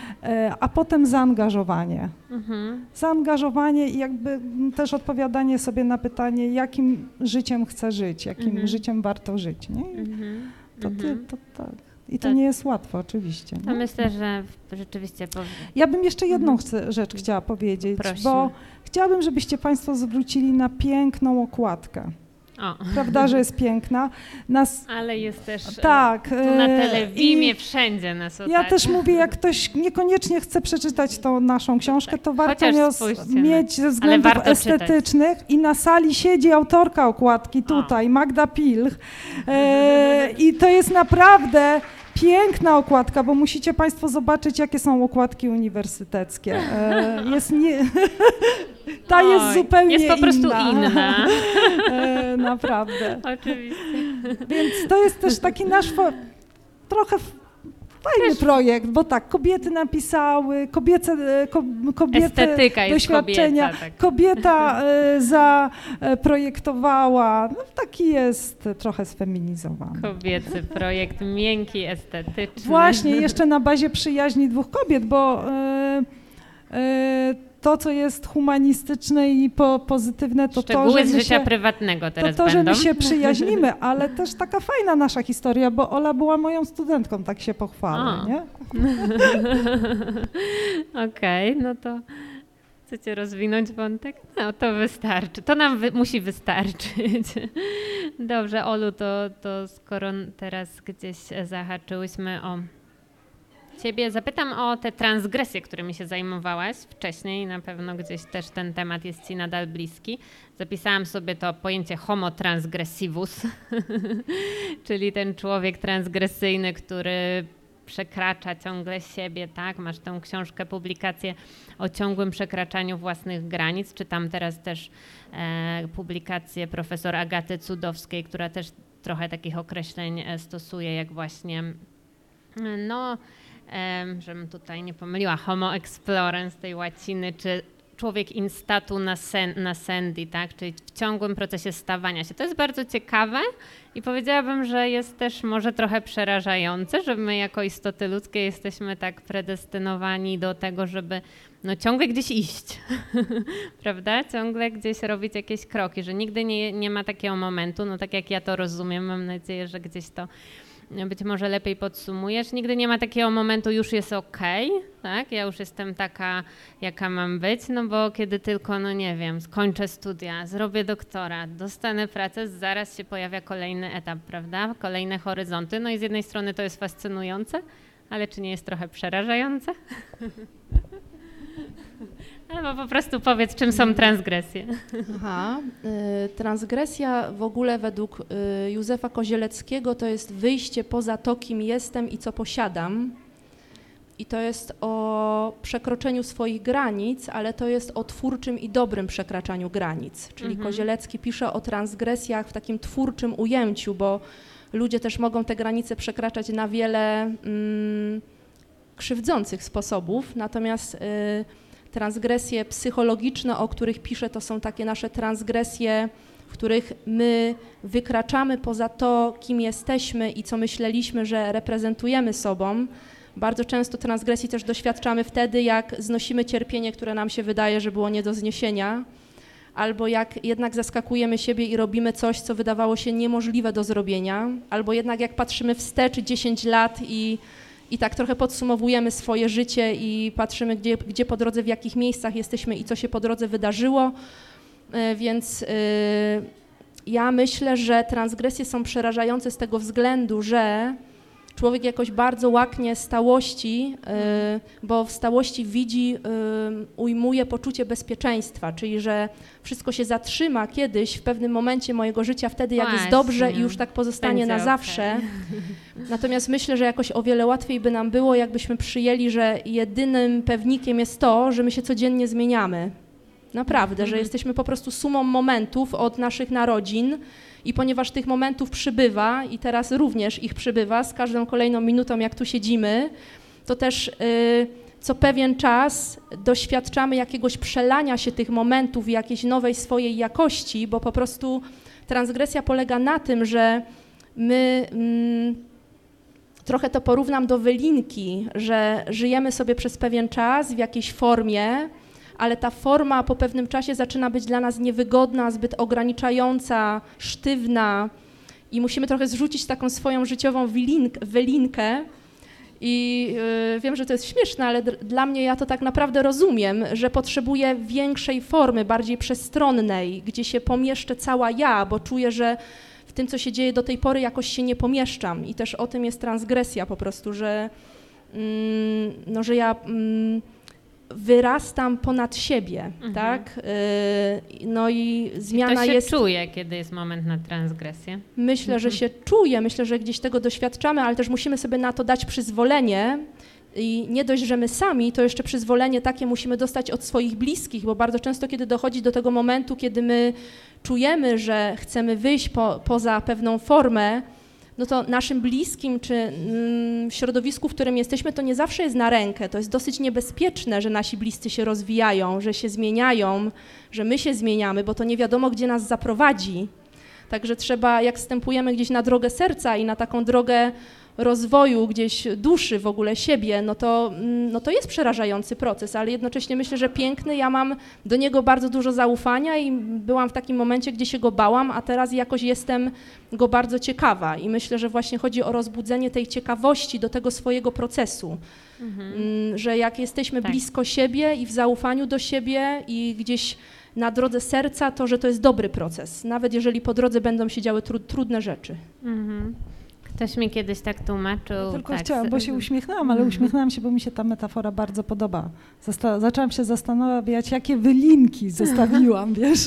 a potem zaangażowanie. Mhm. Zaangażowanie i jakby też odpowiadanie sobie na pytanie, jakim życiem chcę żyć, jakim mhm. życiem warto żyć. Nie? Mhm. To, ty, to tak. I to, to nie jest łatwo oczywiście. To nie? myślę, że rzeczywiście... Powie... Ja bym jeszcze jedną mhm. chce, rzecz chciała powiedzieć, Prosimy. Bo chciałabym, żebyście Państwo zwrócili na piękną okładkę. O. Prawda, że jest piękna. Nas, Ale jest też tak, tu na e, Telewimie, i wszędzie nas otacza. ja też mówię, jak ktoś niekoniecznie chce przeczytać tą naszą książkę, to warto Chociaż ją spójrzcie mieć na- ze względów ale warto estetycznych i na sali siedzi autorka okładki tutaj, Magda Pilch e, i to jest naprawdę piękna okładka, bo musicie Państwo zobaczyć, jakie są okładki uniwersyteckie. E, jest nie... Ta Oj, jest zupełnie jest po prostu inna. inna. E, naprawdę. Oczywiście. Więc to jest też taki nasz fo- trochę f- fajny projekt, bo tak, kobiety napisały, kobiece, e, ko, kobiety Estetyka jest doświadczenia, kobieca, tak. kobieta e, zaprojektowała, no taki jest trochę sfeminizowany. Kobiecy projekt, miękki, estetyczny. Właśnie, jeszcze na bazie przyjaźni dwóch kobiet, bo e, e, to, co jest humanistyczne i po, pozytywne, to to, Szczegóły że z my życia się, prywatnego to, teraz to, że będą. my się przyjaźnimy, ale też taka fajna nasza historia, bo Ola była moją studentką, tak się pochwalę, O. nie? Okej, no to chcecie rozwinąć wątek? No to wystarczy, to nam wy- musi wystarczyć. Dobrze, Olu, to, to skoro teraz gdzieś zahaczyłyśmy o ciebie, zapytam o te transgresje, którymi się zajmowałaś wcześniej, na pewno gdzieś też ten temat jest ci nadal bliski. Zapisałam sobie to pojęcie homo transgressivus, czyli ten człowiek transgresyjny, który przekracza ciągle siebie, tak? Masz tę książkę, publikację o ciągłym przekraczaniu własnych granic. Czytam teraz też e, publikację profesor Agaty Cudowskiej, która też trochę takich określeń e, stosuje, jak właśnie e, no, e, żebym tutaj nie pomyliła, homo explorens tej łaciny, czy człowiek in statu nascendi, tak? Czyli w ciągłym procesie stawania się. To jest bardzo ciekawe i powiedziałabym, że jest też może trochę przerażające, że my jako istoty ludzkie jesteśmy tak predestynowani do tego, żeby no ciągle gdzieś iść, prawda? Ciągle gdzieś robić jakieś kroki, że nigdy nie, nie ma takiego momentu, no tak jak ja to rozumiem, mam nadzieję, że gdzieś to być może lepiej podsumujesz. Nigdy nie ma takiego momentu, już jest okej, tak? Ja już jestem taka, jaka mam być, no bo kiedy tylko, no nie wiem, skończę studia, zrobię doktorat, dostanę pracę, zaraz się pojawia kolejny etap, prawda? Kolejne horyzonty. No i z jednej strony to jest fascynujące, ale czy nie jest trochę przerażające? Albo po prostu powiedz, czym są transgresje. Aha, y, transgresja w ogóle według y, Józefa Kozieleckiego to jest wyjście poza to, kim jestem i co posiadam. I to jest o przekroczeniu swoich granic, ale to jest o twórczym i dobrym przekraczaniu granic. Czyli Mhm. Kozielecki pisze o transgresjach w takim twórczym ujęciu, bo ludzie też mogą te granice przekraczać na wiele mm, krzywdzących sposobów, natomiast y, transgresje psychologiczne, o których piszę, to są takie nasze transgresje, w których my wykraczamy poza to, kim jesteśmy i co myśleliśmy, że reprezentujemy sobą. Bardzo często transgresji też doświadczamy wtedy, jak znosimy cierpienie, które nam się wydaje, że było nie do zniesienia, albo jak jednak zaskakujemy siebie i robimy coś, co wydawało się niemożliwe do zrobienia, albo jednak jak patrzymy wstecz dziesięć lat i I tak trochę podsumowujemy swoje życie i patrzymy, gdzie, gdzie po drodze, w jakich miejscach jesteśmy i co się po drodze wydarzyło. Więc ja myślę, że transgresje są przerażające z tego względu, że człowiek jakoś bardzo łaknie stałości, bo w stałości widzi, ujmuje poczucie bezpieczeństwa, czyli że wszystko się zatrzyma kiedyś w pewnym momencie mojego życia, wtedy jak Właśnie. jest dobrze i już tak pozostanie Będzie na okej. zawsze. Natomiast myślę, że jakoś o wiele łatwiej by nam było, jakbyśmy przyjęli, że jedynym pewnikiem jest to, że my się codziennie zmieniamy. Naprawdę, że jesteśmy po prostu sumą momentów od naszych narodzin i ponieważ tych momentów przybywa i teraz również ich przybywa z każdą kolejną minutą, jak tu siedzimy, to też y, co pewien czas doświadczamy jakiegoś przelania się tych momentów i jakiejś nowej swojej jakości, bo po prostu transgresja polega na tym, że my... Mm, trochę to porównam do wylinki, że żyjemy sobie przez pewien czas w jakiejś formie, ale ta forma po pewnym czasie zaczyna być dla nas niewygodna, zbyt ograniczająca, sztywna i musimy trochę zrzucić taką swoją życiową wylinkę, wylinkę I y, wiem, że to jest śmieszne, ale d- dla mnie ja to tak naprawdę rozumiem, że potrzebuję większej formy, bardziej przestronnej, gdzie się pomieszczę cała ja, bo czuję, że w tym, co się dzieje do tej pory, jakoś się nie pomieszczam. I też o tym jest transgresja po prostu, że, mm, no, że ja mm, wyrastam ponad siebie, Mhm. tak? Y, no i zmiana to się jest... czuje, kiedy jest moment na transgresję. Myślę, że się czuje, myślę, że gdzieś tego doświadczamy, ale też musimy sobie na to dać przyzwolenie i nie dość, że my sami, to jeszcze przyzwolenie takie musimy dostać od swoich bliskich, bo bardzo często, kiedy dochodzi do tego momentu, kiedy my czujemy, że chcemy wyjść po, poza pewną formę, no to naszym bliskim czy mm, środowisku, w którym jesteśmy, to nie zawsze jest na rękę. To jest dosyć niebezpieczne, że nasi bliscy się rozwijają, że się zmieniają, że my się zmieniamy, bo to nie wiadomo, gdzie nas zaprowadzi. Także trzeba, jak wstępujemy gdzieś na drogę serca i na taką drogę rozwoju gdzieś duszy w ogóle siebie, no to, no to jest przerażający proces, ale jednocześnie myślę, że piękny, ja mam do niego bardzo dużo zaufania i byłam w takim momencie, gdzie się go bałam, a teraz jakoś jestem go bardzo ciekawa i myślę, że właśnie chodzi o rozbudzenie tej ciekawości do tego swojego procesu, Mhm. że jak jesteśmy Tak. blisko siebie i w zaufaniu do siebie i gdzieś na drodze serca, to że to jest dobry proces, nawet jeżeli po drodze będą się działy tru- trudne rzeczy. Mhm. Ktoś mi kiedyś tak tłumaczył. Tylko tak, chciałam, bo się uśmiechnęłam, ale uśmiechnęłam się, bo mi się ta metafora bardzo podoba. Zasta- zaczęłam się zastanawiać, jakie wylinki zostawiłam, wiesz,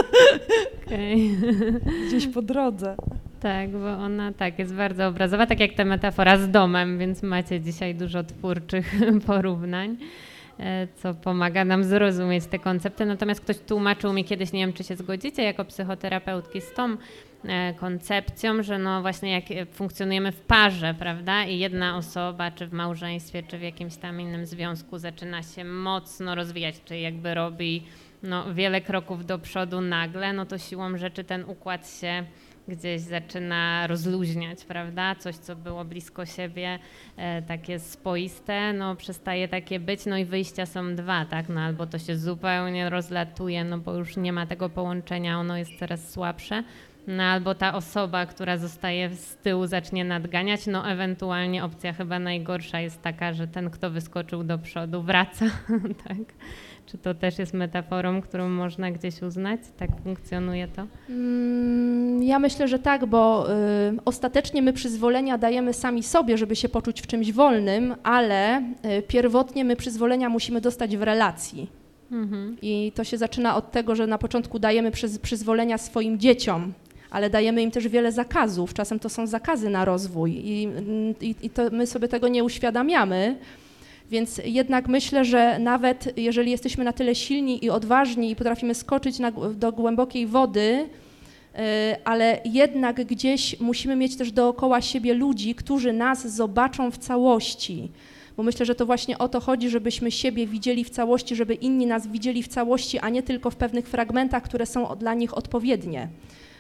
Okej. gdzieś po drodze. Tak, bo ona tak jest bardzo obrazowa, tak jak ta metafora z domem, więc macie dzisiaj dużo twórczych porównań, e, co pomaga nam zrozumieć te koncepty. Natomiast ktoś tłumaczył mi kiedyś, nie wiem, czy się zgodzicie, jako psychoterapeutki z tą e, koncepcją, że no właśnie jak funkcjonujemy w parze, prawda, i jedna osoba, czy w małżeństwie, czy w jakimś tam innym związku zaczyna się mocno rozwijać, czyli jakby robi no, wiele kroków do przodu nagle, no to siłą rzeczy ten układ się gdzieś zaczyna rozluźniać, prawda? Coś, co było blisko siebie, e, takie spoiste, no przestaje takie być, no i wyjścia są dwa, tak? No albo to się zupełnie rozlatuje, no bo już nie ma tego połączenia, ono jest coraz słabsze, no albo ta osoba, która zostaje z tyłu, zacznie nadganiać, no ewentualnie opcja chyba najgorsza jest taka, że ten, kto wyskoczył do przodu, wraca, tak? Czy to też jest metaforą, którą można gdzieś uznać? Tak funkcjonuje to? Mm, Ja myślę, że tak, bo y, ostatecznie my przyzwolenia dajemy sami sobie, żeby się poczuć w czymś wolnym, ale y, pierwotnie my przyzwolenia musimy dostać w relacji. Mhm. I to się zaczyna od tego, że na początku dajemy przyz, przyzwolenia swoim dzieciom, ale dajemy im też wiele zakazów. Czasem to są zakazy na rozwój i, i, i to my sobie tego nie uświadamiamy. Więc jednak myślę, że nawet jeżeli jesteśmy na tyle silni i odważni i potrafimy skoczyć na, do głębokiej wody, y, ale jednak gdzieś musimy mieć też dookoła siebie ludzi, którzy nas zobaczą w całości. Bo myślę, że to właśnie o to chodzi, żebyśmy siebie widzieli w całości, żeby inni nas widzieli w całości, a nie tylko w pewnych fragmentach, które są dla nich odpowiednie.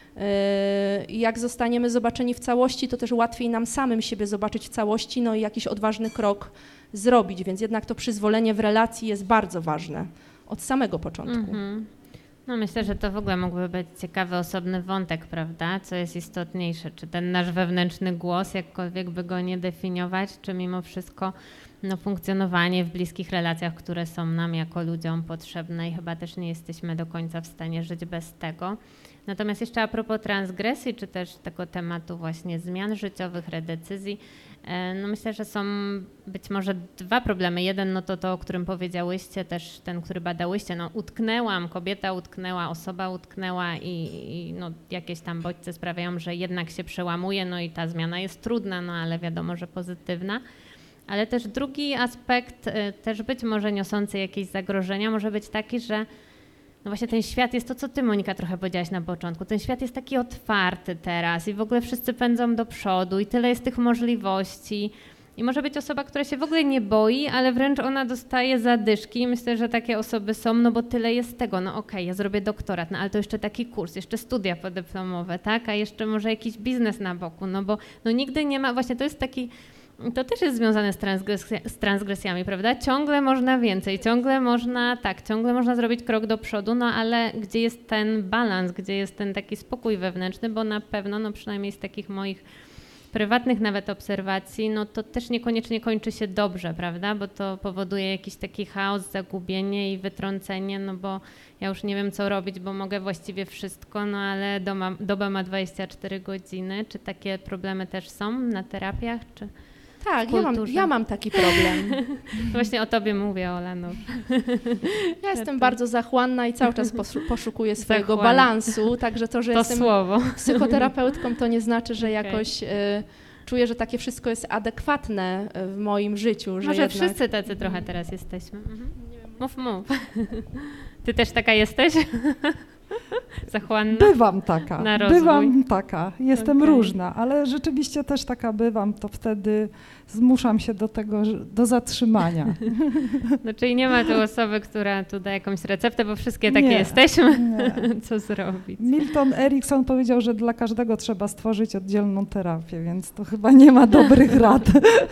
Y, Jak zostaniemy zobaczeni w całości, to też łatwiej nam samym siebie zobaczyć w całości, no i jakiś odważny krok zrobić, więc jednak to przyzwolenie w relacji jest bardzo ważne od samego początku. Mhm. No myślę, że to w ogóle mógłby być ciekawy, osobny wątek, prawda? Co jest istotniejsze? Czy ten nasz wewnętrzny głos, jakkolwiek by go nie definiować, czy mimo wszystko no, funkcjonowanie w bliskich relacjach, które są nam jako ludziom potrzebne i chyba też nie jesteśmy do końca w stanie żyć bez tego. Natomiast jeszcze a propos transgresji, czy też tego tematu właśnie zmian życiowych, redecyzji, no myślę, że są być może dwa problemy. Jeden no to to, o którym powiedziałyście, też ten, który badałyście, no utknęłam, kobieta utknęła, osoba utknęła i, i no jakieś tam bodźce sprawiają, że jednak się przełamuje, no i ta zmiana jest trudna, no ale wiadomo, że pozytywna. Ale też drugi aspekt, też być może niosący jakieś zagrożenia, może być taki, że no właśnie ten świat jest to, co ty, Monika, trochę powiedziałaś na początku. Ten świat jest taki otwarty teraz i w ogóle wszyscy pędzą do przodu i tyle jest tych możliwości. I może być osoba, która się w ogóle nie boi, ale wręcz ona dostaje zadyszki. Myślę, że takie osoby są, no bo tyle jest tego. No okej, okay, ja zrobię doktorat, no ale to jeszcze taki kurs, jeszcze studia podyplomowe, tak? A jeszcze może jakiś biznes na boku, no bo no nigdy nie ma, właśnie to jest taki... To też jest związane z, transgresja, z transgresjami, prawda? Ciągle można więcej, ciągle można, tak, ciągle można zrobić krok do przodu, no ale gdzie jest ten balans, gdzie jest ten taki spokój wewnętrzny, bo na pewno, no przynajmniej z takich moich prywatnych nawet obserwacji, no to też niekoniecznie kończy się dobrze, prawda? Bo to powoduje jakiś taki chaos, zagubienie i wytrącenie, no bo ja już nie wiem, co robić, bo mogę właściwie wszystko, no ale doma, doba ma dwadzieścia cztery godziny. Czy takie problemy też są na terapiach, czy Tak, w ja mam, kulturze? ja mam taki problem. Właśnie o tobie mówię, Ola. No. Ja jestem bardzo zachłanna i cały czas poszu- poszukuję swojego Zachłanna. balansu, także to, że To jestem słowo. psychoterapeutką, to nie znaczy, że Okej. jakoś y, czuję, że takie wszystko jest adekwatne y, w moim życiu. Że Może jednak... wszyscy tacy trochę teraz jesteśmy. Mhm. Mów, mów. Ty też taka jesteś? Zachłanna? Bywam taka, Na rozwój. bywam taka, jestem Okej. różna, ale rzeczywiście też taka bywam, to wtedy zmuszam się do tego, że- do zatrzymania. No, czyli nie ma tu osoby, która tu da jakąś receptę, bo wszystkie takie Nie, jesteśmy. nie. Co zrobić? Milton Erickson powiedział, że dla każdego trzeba stworzyć oddzielną terapię, więc to chyba nie ma dobrych rad.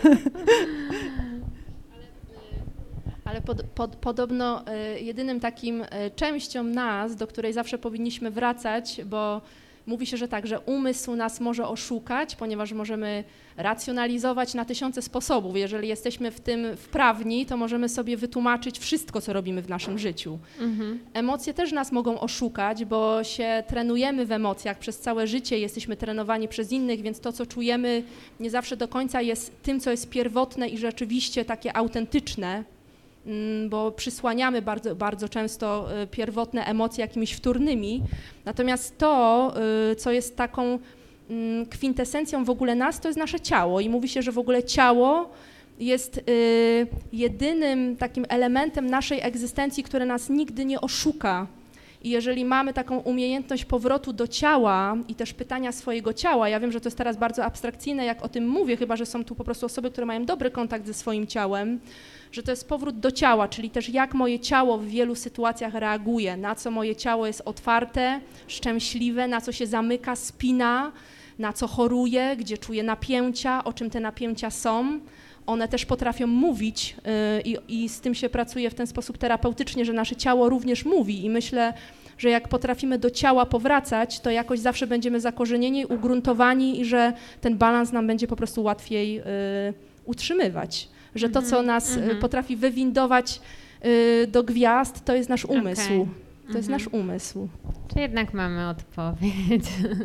Ale pod, pod, podobno y, jedynym takim y, częścią nas, do której zawsze powinniśmy wracać, bo mówi się, że tak, że umysł nas może oszukać, ponieważ możemy racjonalizować na tysiące sposobów. Jeżeli jesteśmy w tym wprawni, to możemy sobie wytłumaczyć wszystko, co robimy w naszym życiu. Mhm. Emocje też nas mogą oszukać, bo się trenujemy w emocjach przez całe życie, jesteśmy trenowani przez innych, więc to, co czujemy, nie zawsze do końca jest tym, co jest pierwotne i rzeczywiście takie autentyczne, mm, bo przysłaniamy bardzo, bardzo często y, pierwotne emocje jakimiś wtórnymi. Natomiast to, y, co jest taką mm, kwintesencją w ogóle nas, to jest nasze ciało i mówi się, że w ogóle ciało jest y, jedynym takim elementem naszej egzystencji, które nas nigdy nie oszuka. I jeżeli mamy taką umiejętność powrotu do ciała i też pytania swojego ciała, ja wiem, że to jest teraz bardzo abstrakcyjne, jak o tym mówię, chyba że są tu po prostu osoby, które mają dobry kontakt ze swoim ciałem, że to jest powrót do ciała, czyli też jak moje ciało w wielu sytuacjach reaguje, na co moje ciało jest otwarte, szczęśliwe, na co się zamyka, spina, na co choruje, gdzie czuję napięcia, o czym te napięcia są. One też potrafią mówić yy, i, i z tym się pracuje w ten sposób terapeutycznie, że nasze ciało również mówi i myślę, że jak potrafimy do ciała powracać, to jakoś zawsze będziemy zakorzenieni, ugruntowani i że ten balans nam będzie po prostu łatwiej yy, utrzymywać. Że to, co nas yy, mhm. potrafi wywindować yy, do gwiazd, to jest nasz umysł. Okej. To jest Mhm. nasz umysł. Czy jednak mamy odpowiedź?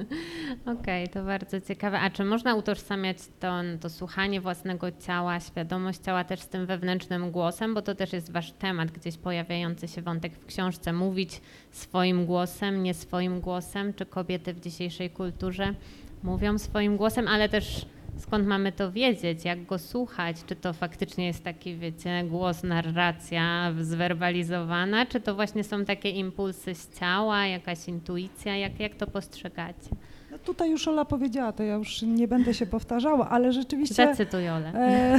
Okej, to bardzo ciekawe. A czy można utożsamiać to, to słuchanie własnego ciała, świadomość ciała też z tym wewnętrznym głosem? Bo to też jest wasz temat, gdzieś pojawiający się wątek w książce. Mówić swoim głosem, nie swoim głosem. Czy kobiety w dzisiejszej kulturze mówią swoim głosem, ale też skąd mamy to wiedzieć, jak go słuchać? Czy to faktycznie jest taki, wiecie, głos, narracja zwerbalizowana, czy to właśnie są takie impulsy z ciała, jakaś intuicja? Jak, jak to postrzegacie? No tutaj już Ola powiedziała, to ja już nie będę się powtarzała, ale rzeczywiście... Zacytuj Olę. E,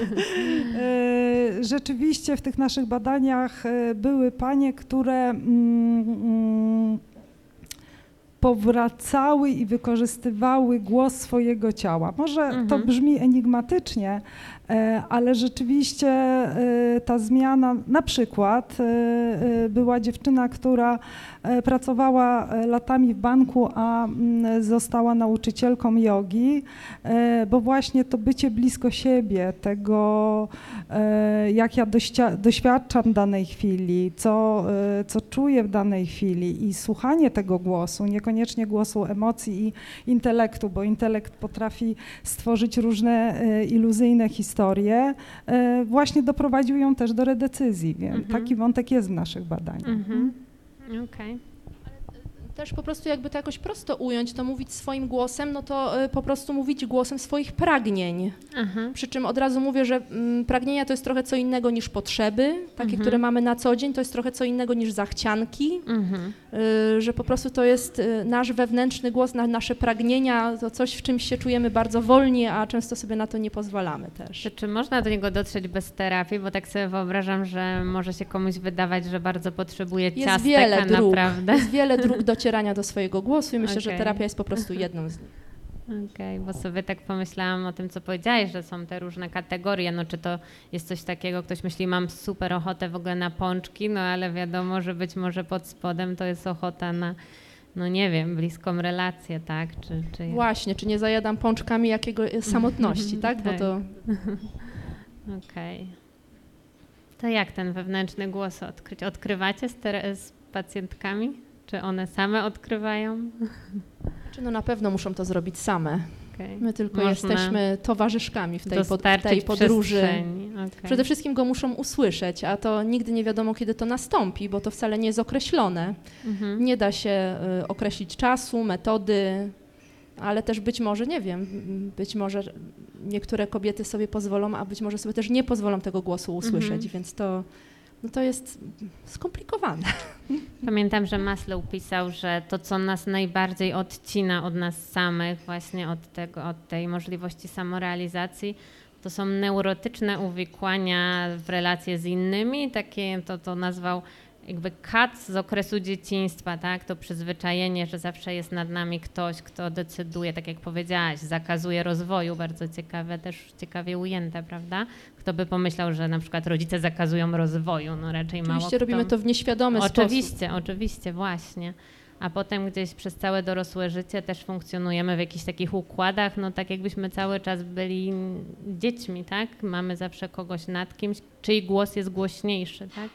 e, rzeczywiście w tych naszych badaniach e, były panie, które mm, mm, powracały i wykorzystywały głos swojego ciała. Może Mhm. to brzmi enigmatycznie, e, ale rzeczywiście e, ta zmiana, na przykład e, e, była dziewczyna, która e, pracowała e, latami w banku, a mm, została nauczycielką jogi, e, bo właśnie to bycie blisko siebie, tego e, jak ja dościa- doświadczam danej chwili, co, e, co czuję w danej chwili i słuchanie tego głosu, niekoniecznie głosu emocji i intelektu, bo intelekt potrafi stworzyć różne e, iluzyjne historie, e, właśnie doprowadził ją też do redecyzji, więc Mhm. taki wątek jest w naszych badaniach. Mhm. Okej. Też po prostu jakby to jakoś prosto ująć, to mówić swoim głosem, no to y, po prostu mówić głosem swoich pragnień. Aha. Przy czym od razu mówię, że mm, pragnienia to jest trochę co innego niż potrzeby, takie, Mhm. które mamy na co dzień, to jest trochę co innego niż zachcianki, Mhm. y, że po prostu to jest y, nasz wewnętrzny głos, na, nasze pragnienia, to coś, w czymś się czujemy bardzo wolni, a często sobie na to nie pozwalamy też. Czy, czy można do niego dotrzeć bez terapii? Bo tak sobie wyobrażam, że może się komuś wydawać, że bardzo potrzebuje Jest ciastek, wiele a dróg, naprawdę. jest wiele dróg docierania do swojego głosu i myślę, że Okej. terapia jest po prostu jedną z nich. Okej, bo sobie tak pomyślałam o tym, co powiedziałeś, że są te różne kategorie, no czy to jest coś takiego, ktoś myśli, mam super ochotę w ogóle na pączki, no ale wiadomo, że być może pod spodem to jest ochota na no nie wiem, bliską relację, tak? Czy, czy... Właśnie, czy nie zajadam pączkami jakiego samotności, tak? Bo to... Okej. Okay. To jak ten wewnętrzny głos odkryć? Odkrywacie z, te, z pacjentkami? Czy one same odkrywają? Czy no na pewno muszą to zrobić same. Okay. My tylko Można jesteśmy towarzyszkami w tej, pod, w tej podróży. Okay. Przede wszystkim go muszą usłyszeć, a to nigdy nie wiadomo, kiedy to nastąpi, bo to wcale nie jest określone. Mhm. Nie da się y, określić czasu, metody, ale też być może, nie wiem, być może niektóre kobiety sobie pozwolą, a być może sobie też nie pozwolą tego głosu usłyszeć, mhm. więc to, no to jest skomplikowane. Pamiętam, że Maslow pisał, że to, co nas najbardziej odcina od nas samych, właśnie od, tego, od tej możliwości samorealizacji, to są neurotyczne uwikłania w relacje z innymi, takie to, to nazwał jakby kat z okresu dzieciństwa, tak? To przyzwyczajenie, że zawsze jest nad nami ktoś, kto decyduje, tak jak powiedziałaś, zakazuje rozwoju, bardzo ciekawe, też ciekawie ujęte, prawda? Kto by pomyślał, że na przykład rodzice zakazują rozwoju, no raczej mało Oczywiście kto... robimy to w nieświadomy oczywiście, sposób. Oczywiście, oczywiście, właśnie. A potem gdzieś przez całe dorosłe życie też funkcjonujemy w jakichś takich układach, no tak jakbyśmy cały czas byli dziećmi, tak? Mamy zawsze kogoś nad kimś, czyj głos jest głośniejszy, tak?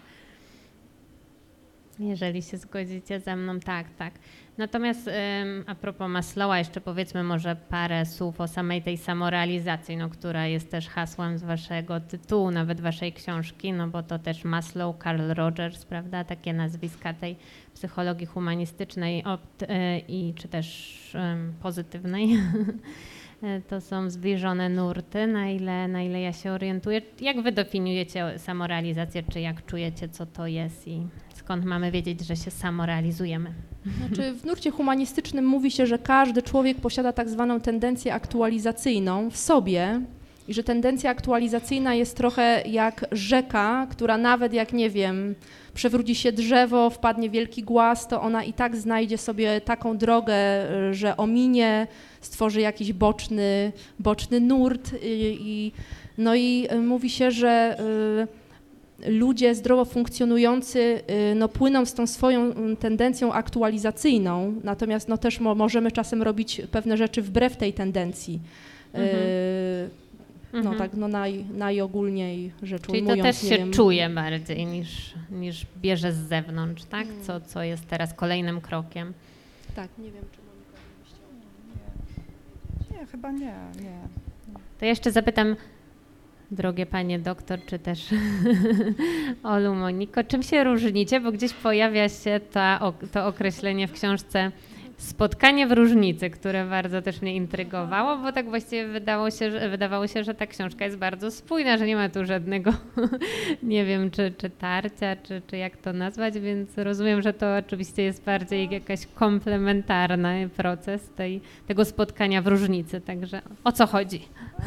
Jeżeli się zgodzicie ze mną, tak, tak. Natomiast ym, a propos Maslowa, jeszcze powiedzmy może parę słów o samej tej samorealizacji, no, która jest też hasłem z waszego tytułu, nawet waszej książki, no bo to też Maslow, Carl Rogers, prawda, takie nazwiska tej psychologii humanistycznej opt, y, i czy też y, pozytywnej. To są zbliżone nurty, na ile, na ile ja się orientuję. Jak wy definiujecie samorealizację, czy jak czujecie, co to jest i skąd mamy wiedzieć, że się samorealizujemy? Znaczy, w nurcie humanistycznym mówi się, że każdy człowiek posiada tak zwaną tendencję aktualizacyjną w sobie i że tendencja aktualizacyjna jest trochę jak rzeka, która nawet jak, nie wiem, przewróci się drzewo, wpadnie wielki głaz, to ona i tak znajdzie sobie taką drogę, że ominie, stworzy jakiś boczny, boczny nurt i, i no i mówi się, że y, ludzie zdrowo funkcjonujący y, no, płyną z tą swoją tendencją aktualizacyjną, natomiast no, też mo, możemy czasem robić pewne rzeczy wbrew tej tendencji. Mhm. Y, No mhm. tak, no naj, najogólniej rzecz Czyli ujmując. to też się wiem, czuje bardziej niż, niż bierze z zewnątrz, tak? Co, co jest teraz kolejnym krokiem. Tak, nie wiem, czy Monika nie, nie, chyba nie, nie. To jeszcze zapytam, drogie panie doktor, czy też Olu, Moniko, czym się różnicie? Bo gdzieś pojawia się ta, to określenie w książce spotkanie w różnicy, które bardzo też mnie intrygowało, bo tak właściwie wydało się, że, wydawało się, że ta książka jest bardzo spójna, że nie ma tu żadnego, nie wiem, czy, czy tarcia, czy, czy jak to nazwać, więc rozumiem, że to oczywiście jest bardziej jakaś komplementarny proces tej, tego spotkania w różnicy, także o co chodzi?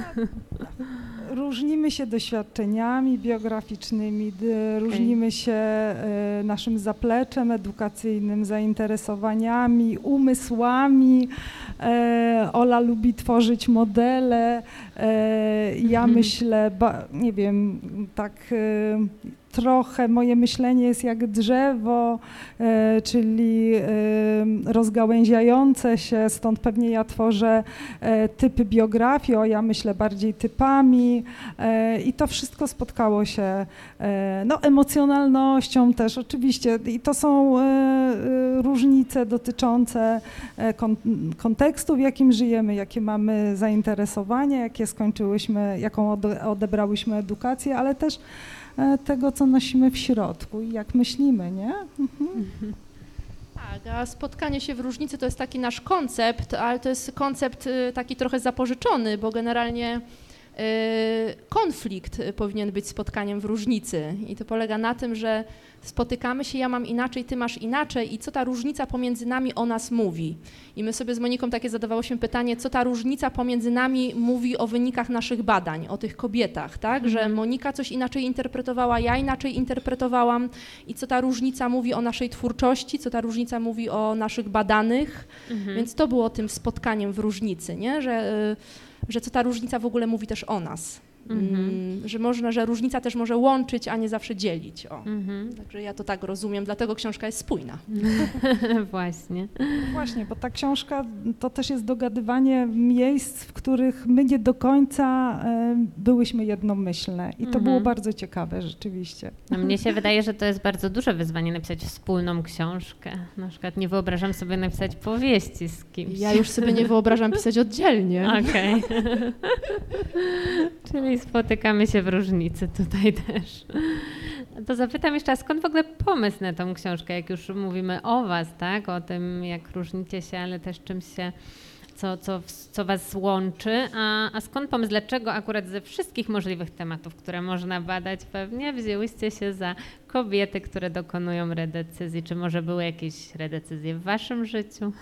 Różnimy się doświadczeniami biograficznymi, różnimy okay. się naszym zapleczem edukacyjnym, zainteresowaniami, umysłami. Ola lubi tworzyć modele. Ja mm-hmm. myślę, ba, nie wiem, tak trochę moje myślenie jest jak drzewo, e, czyli e, rozgałęziające się, stąd pewnie ja tworzę e, typy biografii, o ja myślę bardziej typami e, i to wszystko spotkało się e, no, emocjonalnością też oczywiście i to są e, e, różnice dotyczące e, kon, kontekstu, w jakim żyjemy, jakie mamy zainteresowania, jakie skończyłyśmy, jaką ode, odebrałyśmy edukację, ale też tego, co nosimy w środku i jak myślimy, nie? Mhm. Tak, a spotkanie się w różnicy to jest taki nasz koncept, ale to jest koncept taki trochę zapożyczony, bo generalnie konflikt powinien być spotkaniem w różnicy i to polega na tym, że spotykamy się, ja mam inaczej, ty masz inaczej i co ta różnica pomiędzy nami o nas mówi. I my sobie z Moniką takie zadawałyśmy pytanie, co ta różnica pomiędzy nami mówi o wynikach naszych badań, o tych kobietach, tak, że Monika coś inaczej interpretowała, ja inaczej interpretowałam i co ta różnica mówi o naszej twórczości, co ta różnica mówi o naszych badanych, mhm. więc to było tym spotkaniem w różnicy, nie, że że co ta różnica w ogóle mówi też o nas. Mhm. Mm, że można, że różnica też może łączyć, a nie zawsze dzielić. O. Mhm. Także ja to tak rozumiem, dlatego książka jest spójna. Właśnie. Właśnie, bo ta książka to też jest dogadywanie miejsc, w których my nie do końca e, byłyśmy jednomyślne i to Mhm. było bardzo ciekawe rzeczywiście. No, mnie się wydaje, że to jest bardzo duże wyzwanie napisać wspólną książkę. Na przykład nie wyobrażam sobie napisać powieści z kimś. Ja już sobie nie wyobrażam pisać oddzielnie. Okej. Czyli spotykamy się w różnicy tutaj też. To zapytam jeszcze, a skąd w ogóle pomysł na tą książkę, jak już mówimy o was, tak? O tym, jak różnicie się, ale też czym się, co, co, co was łączy. A, a skąd pomysł, dlaczego akurat ze wszystkich możliwych tematów, które można badać, pewnie wzięłyście się za kobiety, które dokonują redecyzji? Czy może były jakieś redecyzje w waszym życiu?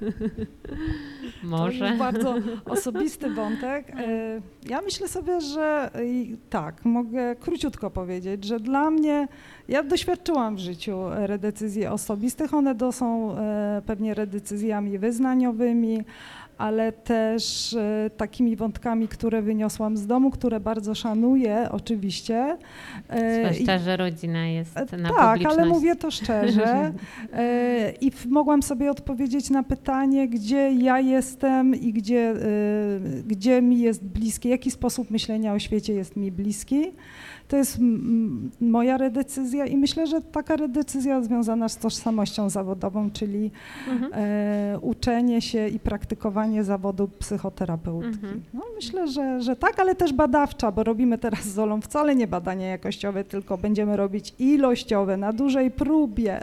To Może. jest bardzo osobisty wątek. E, Ja myślę sobie, że i tak, mogę króciutko powiedzieć, że dla mnie, ja doświadczyłam w życiu redecyzji osobistych, one to są e, pewnie redecyzjami wyznaniowymi, ale też e, takimi wątkami, które wyniosłam z domu, które bardzo szanuję oczywiście. E, i- Zwłaszcza, że rodzina jest na tak, publiczność. ale mówię to szczerze e, i w, mogłam sobie odpowiedzieć na pytanie, gdzie ja jestem i gdzie, e, gdzie mi jest bliskie, jaki sposób myślenia o świecie jest mi bliski. To jest m, moja redecyzja i myślę, że taka redecyzja związana z tożsamością zawodową, czyli Mhm. e, uczenie się i praktykowanie zawodu psychoterapeutki. Mhm. No, myślę, że, że tak, ale też badawcza, bo robimy teraz z Zolą wcale nie badania jakościowe, tylko będziemy robić ilościowe, na dużej próbie.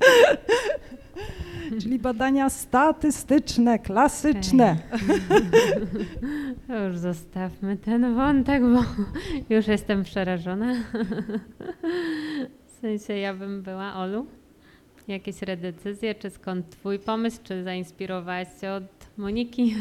Czyli badania statystyczne, klasyczne. To już zostawmy ten wątek, bo już jestem przerażona. W sensie ja bym była, Olu? Jakieś redecyzje, czy skąd twój pomysł, czy zainspirowałaś się od Moniki?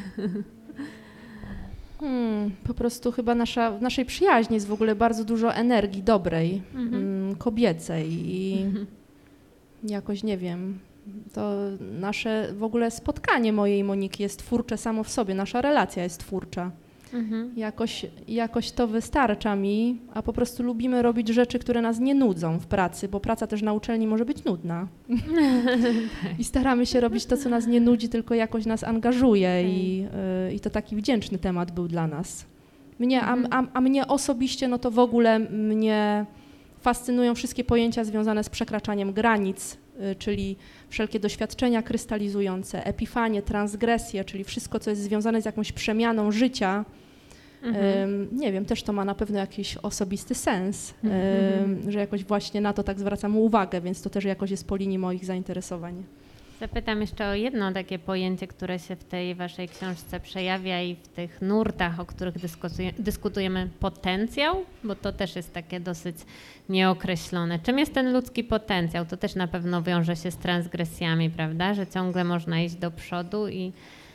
Hmm, po prostu chyba nasza, w naszej przyjaźni jest w ogóle bardzo dużo energii dobrej, Mhm. mm, kobiecej i jakoś nie wiem, to nasze w ogóle spotkanie mojej i Moniki jest twórcze samo w sobie, nasza relacja jest twórcza. Mhm. Jakoś, jakoś to wystarcza mi, a po prostu lubimy robić rzeczy, które nas nie nudzą w pracy, bo praca też na uczelni może być nudna. I staramy się robić to, co nas nie nudzi, tylko jakoś nas angażuje i, y, i to taki wdzięczny temat był dla nas. Mnie, a, a, a mnie osobiście, no to w ogóle mnie fascynują wszystkie pojęcia związane z przekraczaniem granic, y, czyli wszelkie doświadczenia krystalizujące, epifanie, transgresje, czyli wszystko, co jest związane z jakąś przemianą życia. Mhm. Ym, nie wiem, też to ma na pewno jakiś osobisty sens, Mhm. ym, że jakoś właśnie na to tak zwracam uwagę, więc to też jakoś jest po linii moich zainteresowań. Zapytam jeszcze o jedno takie pojęcie, które się w tej waszej książce przejawia i w tych nurtach, o których dyskutuje, dyskutujemy, potencjał, bo to też jest takie dosyć nieokreślone. Czym jest ten ludzki potencjał? To też na pewno wiąże się z transgresjami, prawda? Że ciągle można iść do przodu i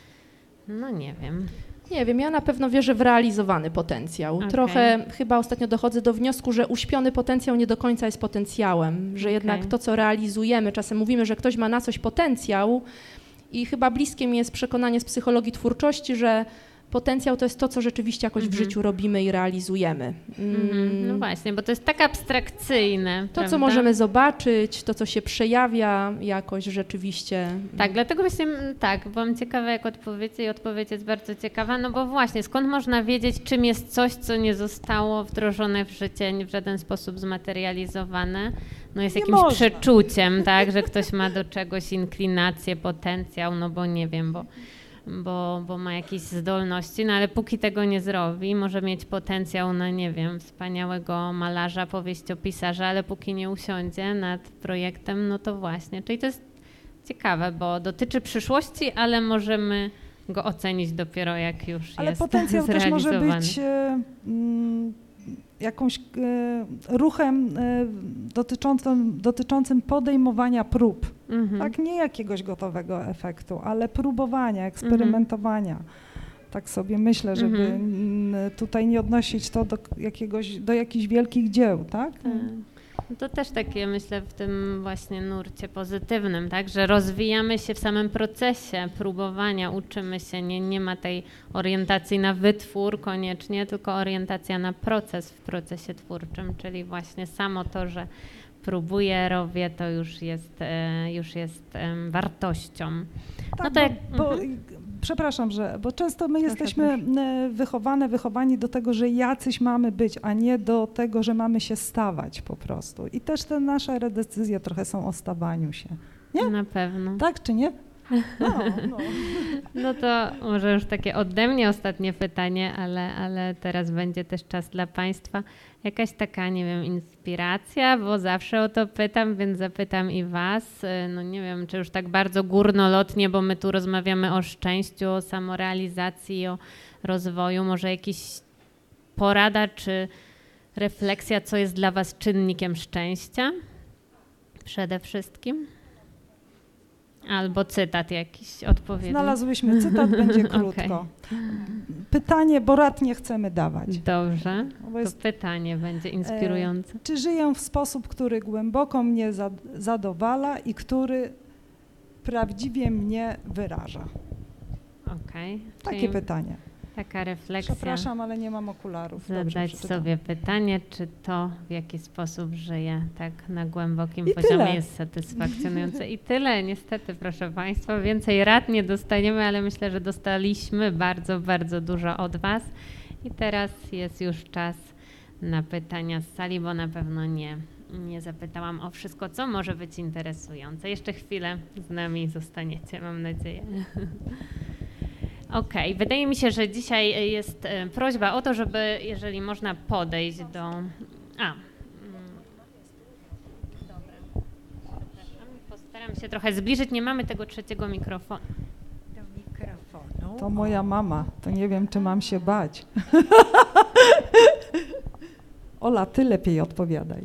no nie wiem. Nie wiem, ja na pewno wierzę w realizowany potencjał. Okej. Trochę chyba ostatnio dochodzę do wniosku, że uśpiony potencjał nie do końca jest potencjałem, że jednak Okej. to, co realizujemy, czasem mówimy, że ktoś ma na coś potencjał i chyba bliskie mi jest przekonanie z psychologii twórczości, że potencjał to jest to, co rzeczywiście jakoś w Mhm. życiu robimy i realizujemy. Mhm. No właśnie, bo to jest tak abstrakcyjne. To, prawda? co możemy zobaczyć, to, co się przejawia jakoś rzeczywiście. Tak, dlatego właśnie mm, tak, byłam ciekawa, jak odpowiecie i odpowiedź jest bardzo ciekawa, no bo właśnie, skąd można wiedzieć, czym jest coś, co nie zostało wdrożone w życie, nie w żaden sposób zmaterializowane, no jest Nie jakimś można. przeczuciem, tak, że ktoś ma do czegoś inklinację, potencjał, no bo nie wiem, bo, bo, bo ma jakieś zdolności, no ale póki tego nie zrobi, może mieć potencjał na, nie wiem, wspaniałego malarza, powieściopisarza, ale póki nie usiądzie nad projektem, no to właśnie, czyli to jest ciekawe, bo dotyczy przyszłości, ale możemy go ocenić dopiero jak już Ale jest potencjał też może zrealizowany. być e, mm, jakąś e, ruchem e, dotyczącym, dotyczącym podejmowania prób. Mhm. Tak, nie jakiegoś gotowego efektu, ale próbowania, eksperymentowania. Tak sobie myślę, żeby Mhm. mm, tutaj nie odnosić to do jakiegoś, do jakichś wielkich dzieł, tak? Tak. No to też takie, myślę, w tym właśnie nurcie pozytywnym, tak, że rozwijamy się w samym procesie próbowania, uczymy się, nie, nie ma tej orientacji na wytwór koniecznie, tylko orientacja na proces w procesie twórczym, czyli właśnie samo to, że próbuję, robię, to już jest, e, już jest e, wartością. Tak, no to jak, bo, bo, mhm. przepraszam, że, bo często my Proszę, jesteśmy proszę. e, wychowane, wychowani do tego, że jacyś mamy być, a nie do tego, że mamy się stawać po prostu. I też te nasze redecyzje trochę są o stawaniu się. Nie? Na pewno. Tak czy nie? No, no. No to może już takie ode mnie ostatnie pytanie, ale, ale teraz będzie też czas dla Państwa. Jakaś taka, nie wiem, inspiracja, bo zawsze o to pytam, więc zapytam i Was. No nie wiem, czy już tak bardzo górnolotnie, bo my tu rozmawiamy o szczęściu, o samorealizacji, o rozwoju. Może jakiś porada czy refleksja, co jest dla Was czynnikiem szczęścia przede wszystkim? Albo cytat jakiś odpowiedni. Znalazłyśmy cytat, będzie krótko. Okay. Pytanie, bo rad nie chcemy dawać. Dobrze, Bo to jest, pytanie będzie inspirujące. e, czy żyję w sposób, który głęboko mnie zad, zadowala i który prawdziwie mnie wyraża? Okej. Takie Czyli pytanie. taka refleksja. Przepraszam, ale nie mam okularów. Dobrze Zadać przeczytam. sobie pytanie, czy to, w jaki sposób żyję tak na głębokim I poziomie tyle. jest satysfakcjonujące. I tyle, niestety, proszę Państwa. Więcej rad nie dostaniemy, ale myślę, że dostaliśmy bardzo, bardzo dużo od Was. I teraz jest już czas na pytania z sali, bo na pewno nie, nie zapytałam o wszystko, co może być interesujące. Jeszcze chwilę z nami zostaniecie, mam nadzieję. Okej, okay. Wydaje mi się, że dzisiaj jest prośba o to, żeby, jeżeli można, podejść do... A, dobra. Postaram się trochę zbliżyć, nie mamy tego trzeciego mikrofonu. Do mikrofonu. To moja mama, to nie wiem, czy mam się bać. Ola, ty lepiej odpowiadaj.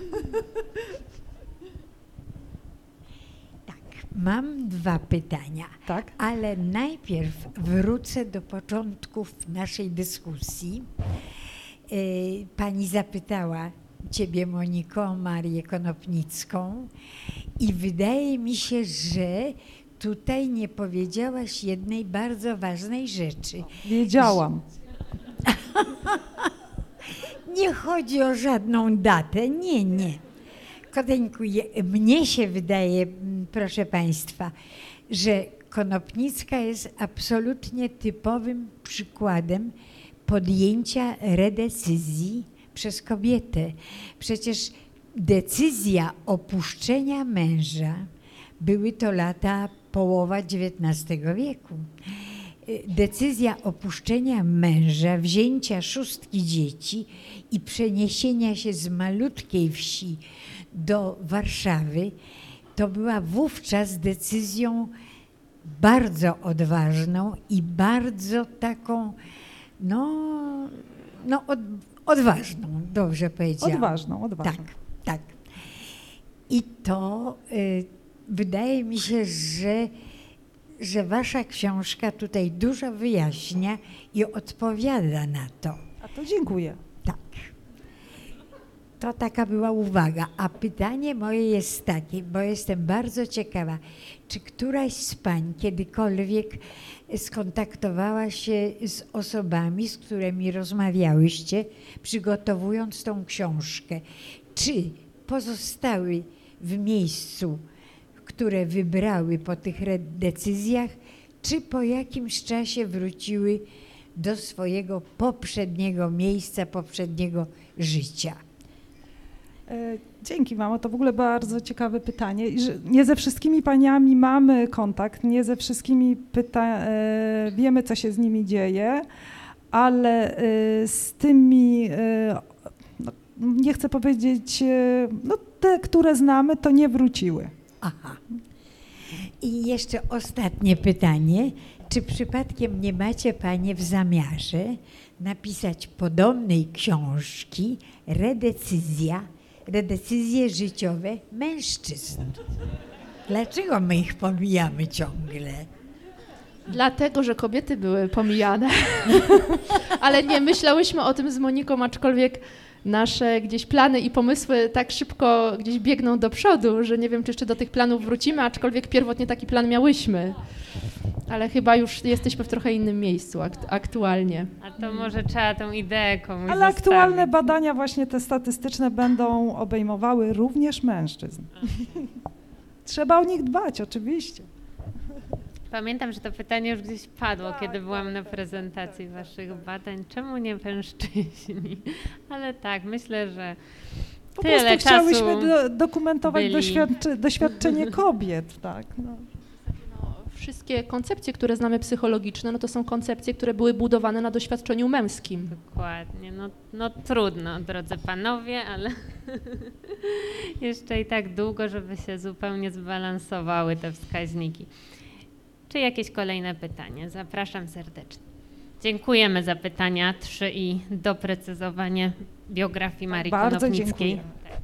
Mam dwa pytania, Tak? ale najpierw wrócę do początków naszej dyskusji. Pani zapytała Ciebie, Moniko, o Marię Konopnicką i wydaje mi się, że tutaj nie powiedziałaś jednej bardzo ważnej rzeczy. Wiedziałam. Nie chodzi o żadną datę, nie, nie. Koteńku, mnie się wydaje, proszę Państwa, że Konopnicka jest absolutnie typowym przykładem podjęcia redecyzji przez kobietę. Przecież decyzja opuszczenia męża, były to lata połowa dziewiętnastego wieku. Decyzja opuszczenia męża, wzięcia szóstki dzieci i przeniesienia się z malutkiej wsi do Warszawy, to była wówczas decyzją bardzo odważną i bardzo taką, no, no od, odważną, dobrze powiedziałam. Odważną, odważną. Tak, tak. I to y, wydaje mi się, że, że wasza książka tutaj dużo wyjaśnia i odpowiada na to. A to dziękuję. Tak. To taka była uwaga. A pytanie moje jest takie, bo jestem bardzo ciekawa, czy któraś z pań kiedykolwiek skontaktowała się z osobami, z którymi rozmawiałyście, przygotowując tą książkę? Czy pozostały w miejscu, które wybrały po tych decyzjach, czy po jakimś czasie wróciły do swojego poprzedniego miejsca, poprzedniego życia? Dzięki, mamo. To w ogóle bardzo ciekawe pytanie. I że nie ze wszystkimi paniami mamy kontakt, nie ze wszystkimi pyta- e, wiemy, co się z nimi dzieje, ale e, z tymi, e, no, nie chcę powiedzieć, e, no te, które znamy, to nie wróciły. Aha. I jeszcze ostatnie pytanie. Czy przypadkiem nie macie panie w zamiarze napisać podobnej książki Redecyzja, redecyzje życiowe mężczyzn? Dlaczego my ich pomijamy ciągle? Dlatego, że kobiety były pomijane. Ale nie myślałyśmy o tym z Moniką, aczkolwiek nasze gdzieś plany i pomysły tak szybko gdzieś biegną do przodu, że nie wiem, czy jeszcze do tych planów wrócimy, aczkolwiek pierwotnie taki plan miałyśmy. Ale chyba już jesteśmy w trochę innym miejscu akt- aktualnie. A to może trzeba tą ideę komuś Ale zostawić. aktualne badania właśnie te statystyczne będą obejmowały również mężczyzn. Trzeba o nich dbać, oczywiście. Pamiętam, że to pytanie już gdzieś padło, Tak, kiedy tak, byłam na tak, prezentacji waszych badań. Czemu nie mężczyźni? Ale tak, myślę, że Po tyle prostu czasu chciałyśmy do, dokumentować byli. doświadczy, doświadczenie kobiet, tak. No. Wszystkie koncepcje, które znamy psychologiczne, no to są koncepcje, które były budowane na doświadczeniu męskim. Dokładnie. No, no trudno, drodzy panowie, ale jeszcze i tak długo, żeby się zupełnie zbalansowały te wskaźniki. Czy jakieś kolejne pytanie? Zapraszam serdecznie. Dziękujemy za pytania trzy i doprecyzowanie biografii Marii Bardzo Konopnickiej. dziękuję.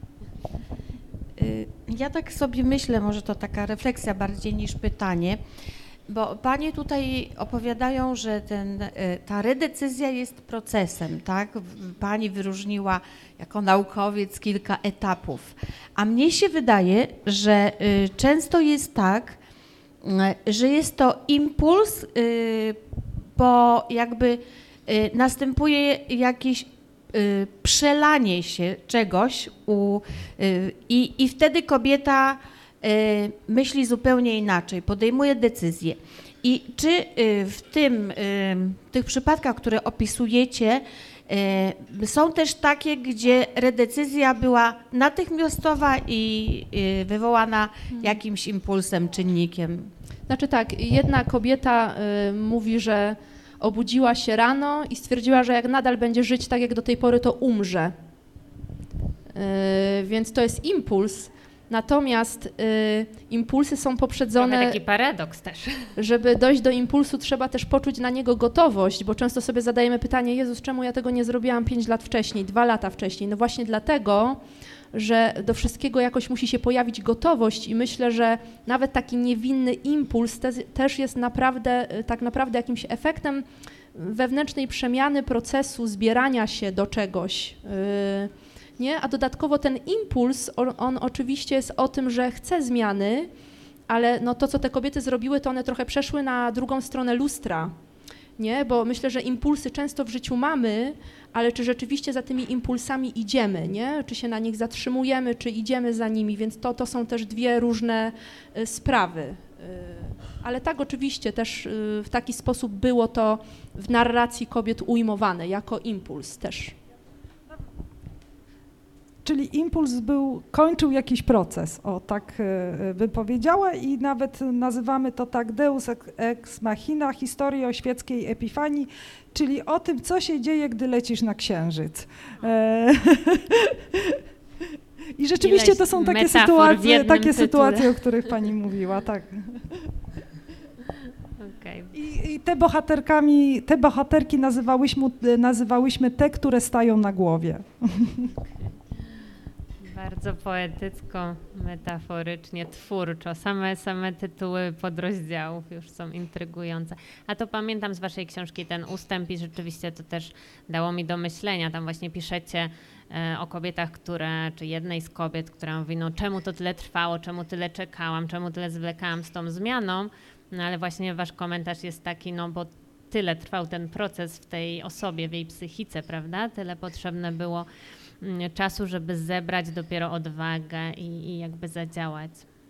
Y, Ja tak sobie myślę, może to taka refleksja bardziej niż pytanie, bo panie tutaj opowiadają, że ten, y, ta redecyzja jest procesem, tak? W- Pani wyróżniła jako naukowiec kilka etapów, a mnie się wydaje, że y, często jest tak, y, że jest to impuls, y, bo jakby y, następuje jakieś y, przelanie się czegoś u, y, i, i wtedy kobieta y, myśli zupełnie inaczej, podejmuje decyzję. I czy y, w tym, y, w tych przypadkach, które opisujecie, y, są też takie, gdzie redecyzja była natychmiastowa i y, wywołana jakimś impulsem, czynnikiem? Znaczy tak, jedna kobieta y, mówi, że obudziła się rano i stwierdziła, że jak nadal będzie żyć tak jak do tej pory, to umrze. Y, więc to jest impuls. Natomiast y, impulsy są Trochę poprzedzone, taki paradoks też. żeby dojść do impulsu, trzeba też poczuć na niego gotowość, bo często sobie zadajemy pytanie, Jezus, czemu ja tego nie zrobiłam pięć lat wcześniej, dwa lata wcześniej? No właśnie dlatego, że do wszystkiego jakoś musi się pojawić gotowość i myślę, że nawet taki niewinny impuls te, też jest naprawdę, tak naprawdę jakimś efektem wewnętrznej przemiany procesu zbierania się do czegoś. Yy, nie? A dodatkowo ten impuls, on, on oczywiście jest o tym, że chce zmiany, ale no to, co te kobiety zrobiły, to one trochę przeszły na drugą stronę lustra. Nie? Bo myślę, że impulsy często w życiu mamy, ale czy rzeczywiście za tymi impulsami idziemy, nie? Czy się na nich zatrzymujemy, czy idziemy za nimi, więc to, to są też dwie różne y, sprawy. Y, ale tak, oczywiście też y, w taki sposób było to w narracji kobiet ujmowane, jako impuls też. Czyli impuls był, kończył jakiś proces, o tak y, bym powiedziała, i nawet nazywamy to tak deus ex machina, historię o świeckiej epifanii, czyli o tym, co się dzieje, gdy lecisz na księżyc. E, I rzeczywiście Ileś to są takie metafor w sytuacje, jednym takie tytule. sytuacje, o których pani mówiła, tak. Okay. I, i te bohaterkami, te bohaterki nazywałyśmy, nazywałyśmy te, które stają na głowie. Bardzo poetycko, metaforycznie, twórczo. Same, same tytuły podrozdziałów już są intrygujące. A to pamiętam z waszej książki ten ustęp i rzeczywiście to też dało mi do myślenia. Tam właśnie piszecie e, o kobietach, które, czy jednej z kobiet, która mówi, no czemu to tyle trwało, czemu tyle czekałam, czemu tyle zwlekałam z tą zmianą. No ale właśnie wasz komentarz jest taki, no bo tyle trwał ten proces w tej osobie, w jej psychice, prawda? Tyle potrzebne było czasu, żeby zebrać dopiero odwagę i, i jakby zadziałać.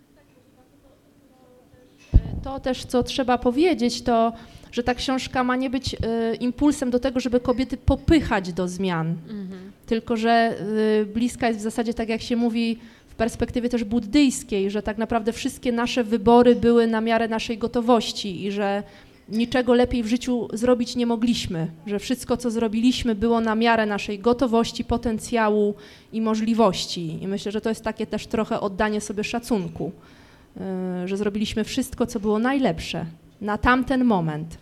To też, co trzeba powiedzieć, to, że ta książka ma nie być y, impulsem do tego, żeby kobiety popychać do zmian, Mhm. tylko że y, bliska jest w zasadzie, tak jak się mówi, w perspektywie też buddyjskiej, że tak naprawdę wszystkie nasze wybory były na miarę naszej gotowości i że niczego lepiej w życiu zrobić nie mogliśmy, że wszystko, co zrobiliśmy, było na miarę naszej gotowości, potencjału i możliwości. I myślę, że to jest takie też trochę oddanie sobie szacunku, yy, że zrobiliśmy wszystko, co było najlepsze na tamten moment.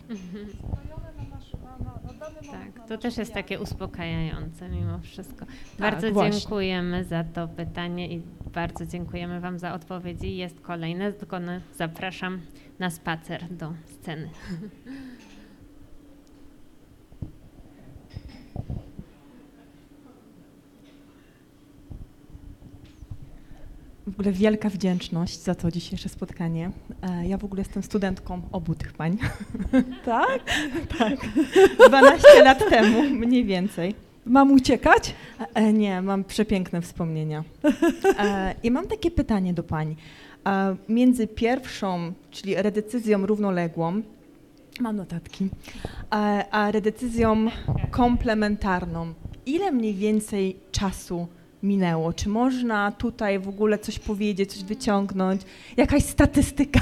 Tak, to też jest takie uspokajające mimo wszystko. Bardzo Tak, właśnie. dziękujemy za to pytanie i bardzo dziękujemy wam za odpowiedzi. Jest kolejne, tylko na, zapraszam na spacer do sceny. w ogóle wielka wdzięczność za to dzisiejsze spotkanie. E, ja w ogóle jestem studentką obu tych pań. Tak? Tak. dwanaście lat temu, mniej więcej. Mam uciekać? E, nie, mam przepiękne wspomnienia. E, I mam takie pytanie do pań. E, między pierwszą, czyli redecyzją równoległą, mam notatki, a, a redecyzją komplementarną, ile mniej więcej czasu minęło? Czy można tutaj w ogóle coś powiedzieć, coś wyciągnąć? Jakaś statystyka?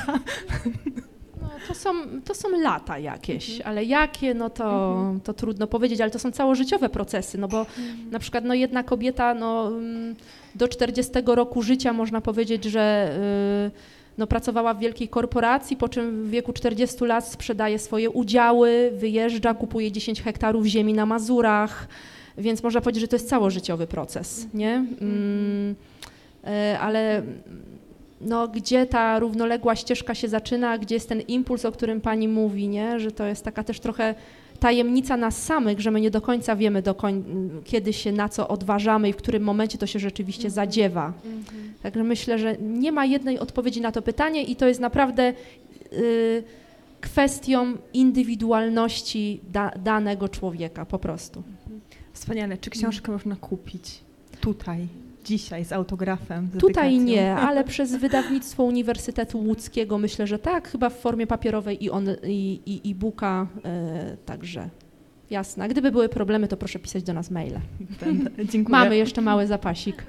No, to, są, to są lata jakieś, ale jakie, no to, to trudno powiedzieć, ale to są całożyciowe procesy, no bo na przykład no jedna kobieta no, do czterdziestego roku życia można powiedzieć, że y, no, pracowała w wielkiej korporacji, po czym w wieku czterdziestu lat sprzedaje swoje udziały, wyjeżdża, kupuje dziesięć hektarów ziemi na Mazurach, więc można powiedzieć, że to jest całożyciowy proces, nie? Mm, y, ale no, gdzie ta równoległa ścieżka się zaczyna, gdzie jest ten impuls, o którym pani mówi, nie? Że to jest taka też trochę tajemnica nas samych, że my nie do końca wiemy, do koń- kiedy się na co odważamy i w którym momencie to się rzeczywiście mm-hmm. zadziewa. Mm-hmm. Także myślę, że nie ma jednej odpowiedzi na to pytanie i to jest naprawdę y, kwestią indywidualności da- danego człowieka po prostu. Wspaniale. Czy książkę można kupić tutaj, dzisiaj z autografem? Z Tutaj dedykacją? nie, ale przez wydawnictwo Uniwersytetu Łódzkiego myślę, że tak, chyba w formie papierowej i, on, i, i e-booka, e, także jasne. A gdyby były problemy, to proszę pisać do nas maile. Będę. Dziękuję. Mamy jeszcze mały zapasik.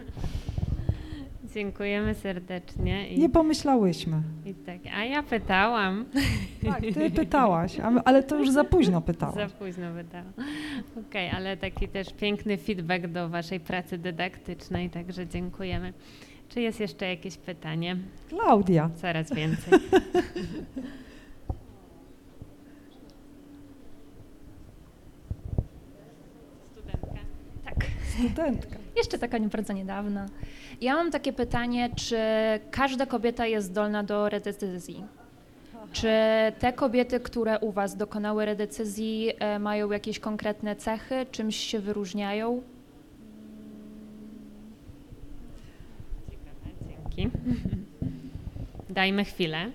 Dziękujemy serdecznie. I, Nie pomyślałyśmy. i tak, a ja pytałam. Tak, ty pytałaś, a my- ale to już za późno pytałaś. Za późno pytałam. Okej, ale taki też piękny feedback do waszej pracy dydaktycznej, także dziękujemy. Czy jest jeszcze jakieś pytanie? Klaudia. Coraz więcej. Studentka. Tak, Studentka. jeszcze taka nie bardzo niedawna. Ja mam takie pytanie, czy każda kobieta jest zdolna do redecyzji? Czy te kobiety, które u was dokonały redecyzji, e, mają jakieś konkretne cechy, czymś się wyróżniają? Dzięki. Dajmy chwilę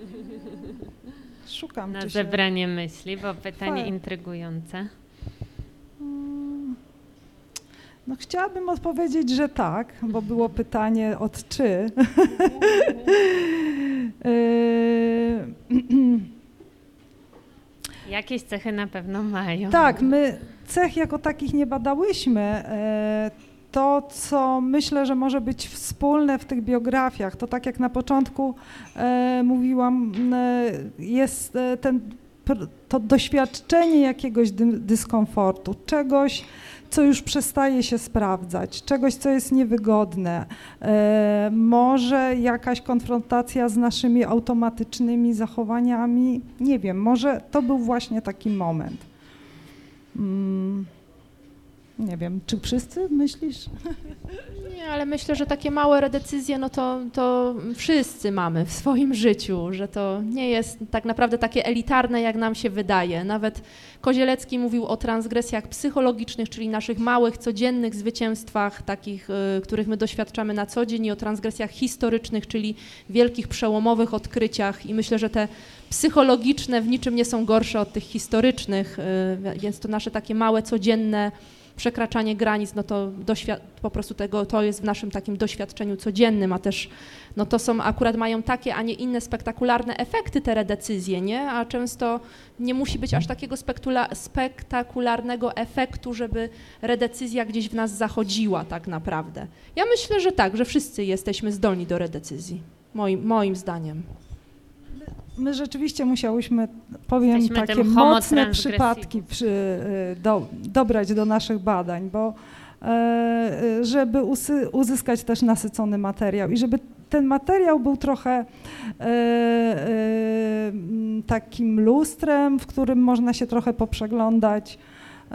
Szukam, na czy się... zebranie myśli, bo pytanie Fajnie. intrygujące. Mm, No chciałabym odpowiedzieć, że tak, bo było pytanie od czy. Yy, Jakieś cechy na pewno mają. Tak, my cech jako takich nie badałyśmy. E, To, co myślę, że może być wspólne w tych biografiach, to tak jak na początku e, mówiłam, e, jest e, ten, pr- to doświadczenie jakiegoś dy- dyskomfortu, czegoś, co już przestaje się sprawdzać, czegoś, co jest niewygodne, e, może jakaś konfrontacja z naszymi automatycznymi zachowaniami, nie wiem, może to był właśnie taki moment. Mm. Nie wiem, czy wszyscy myślisz? Nie, ale myślę, że takie małe redecyzje, no to, to wszyscy mamy w swoim życiu, że to nie jest tak naprawdę takie elitarne, jak nam się wydaje. Nawet Kozielecki mówił o transgresjach psychologicznych, czyli naszych małych, codziennych zwycięstwach, takich, y, których my doświadczamy na co dzień, i o transgresjach historycznych, czyli wielkich, przełomowych odkryciach, i myślę, że te psychologiczne w niczym nie są gorsze od tych historycznych, y, więc to nasze takie małe, codzienne przekraczanie granic, no to doświad- po prostu tego, to jest w naszym takim doświadczeniu codziennym, a też no to są, akurat mają takie, a nie inne spektakularne efekty te redecyzje, nie? A często nie musi być aż takiego spektula- spektakularnego efektu, żeby redecyzja gdzieś w nas zachodziła tak naprawdę. Ja myślę, że tak, że wszyscy jesteśmy zdolni do redecyzji, moim, moim zdaniem. My rzeczywiście musiałyśmy, powiem, Jesteśmy takie tym homo mocne transgressivus. przypadki przy, y, do, dobrać do naszych badań, bo e, y, żeby usy, uzyskać też nasycony materiał i żeby ten materiał był trochę e, e, takim lustrem, w którym można się trochę poprzeglądać,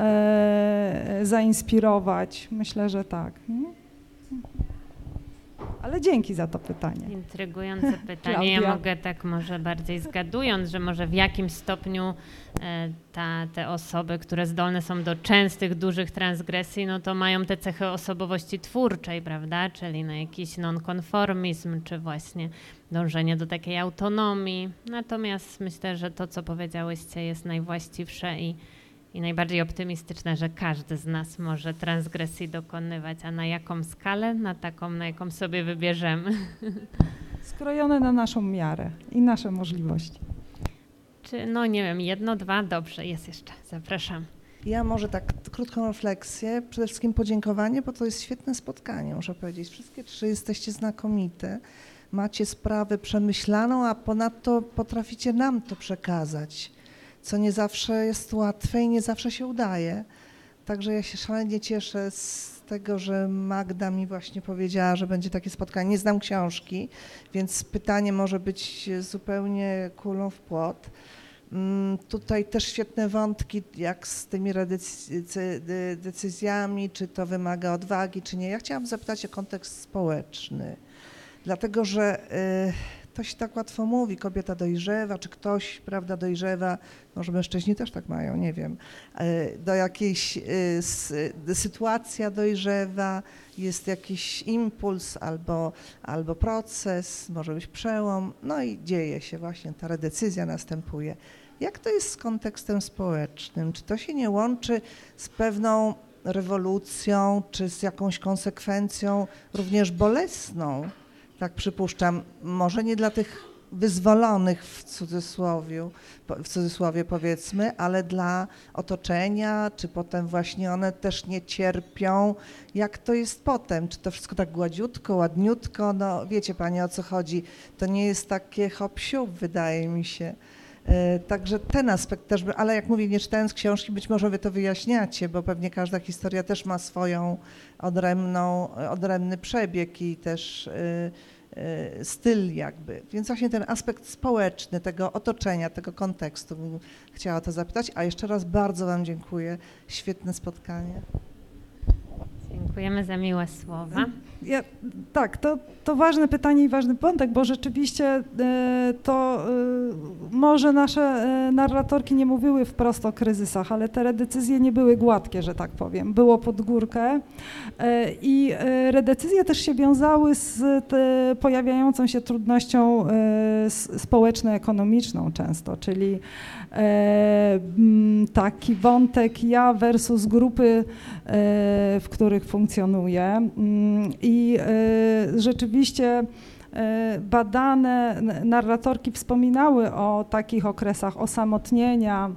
e, zainspirować. Myślę, że tak. Nie? Ale dzięki za to pytanie. Intrygujące pytanie. Ja Klaudia. mogę tak może bardziej zgadując, że może w jakim stopniu e, ta, te osoby, które zdolne są do częstych, dużych transgresji, no to mają te cechy osobowości twórczej, prawda? Czyli na jakiś nonkonformizm, czy właśnie dążenie do takiej autonomii. Natomiast myślę, że to, co powiedziałyście, jest najwłaściwsze i I najbardziej optymistyczne, że każdy z nas może transgresji dokonywać, a na jaką skalę? Na taką, na jaką sobie wybierzemy. Skrojone na naszą miarę i nasze możliwości. Czy, no nie wiem, jedno, dwa, dobrze, jest jeszcze, zapraszam. Ja może tak krótką refleksję, przede wszystkim podziękowanie, bo to jest świetne spotkanie, muszę powiedzieć. Wszystkie trzy jesteście znakomite, macie sprawę przemyślaną, a ponadto potraficie nam to przekazać, co nie zawsze jest łatwe i nie zawsze się udaje. Także ja się szalenie cieszę z tego, że Magda mi właśnie powiedziała, że będzie takie spotkanie. Nie znam książki, więc pytanie może być zupełnie kulą w płot. Tutaj też świetne wątki, jak z tymi decyzjami, czy to wymaga odwagi, czy nie. Ja chciałam zapytać o kontekst społeczny, dlatego że to się tak łatwo mówi, kobieta dojrzewa, czy ktoś, prawda, dojrzewa, może mężczyźni też tak mają, nie wiem, do jakiejś sytuacja dojrzewa, jest jakiś impuls albo, albo proces, może być przełom, no i dzieje się właśnie, ta redecyzja następuje. Jak to jest z kontekstem społecznym? Czy to się nie łączy z pewną rewolucją, czy z jakąś konsekwencją również bolesną? Tak przypuszczam, może nie dla tych wyzwolonych w cudzysłowie, w cudzysłowie powiedzmy, ale dla otoczenia, czy potem właśnie one też nie cierpią. Jak to jest potem? Czy to wszystko tak gładziutko, ładniutko? No wiecie Panie, o co chodzi. To nie jest takie hop siup, wydaje mi się. Także ten aspekt też, ale jak mówię, nie czytając książki, być może wy to wyjaśniacie, bo pewnie każda historia też ma swoją odrębną, odrębny przebieg i też y, y, styl jakby. Więc właśnie ten aspekt społeczny, tego otoczenia, tego kontekstu bym chciała to zapytać. A jeszcze raz bardzo wam dziękuję. Świetne spotkanie. Dziękujemy za miłe słowa. Ja, tak, to, to ważne pytanie i ważny wątek, bo rzeczywiście e, to e, może nasze e, narratorki nie mówiły wprost o kryzysach, ale te redecyzje nie były gładkie, że tak powiem. Było pod górkę e, i e, redecyzje też się wiązały z te, pojawiającą się trudnością e, społeczno-ekonomiczną często, czyli e, taki wątek ja versus grupy, e, w których funkcjonuję. I y, rzeczywiście y, badane narratorki wspominały o takich okresach osamotnienia,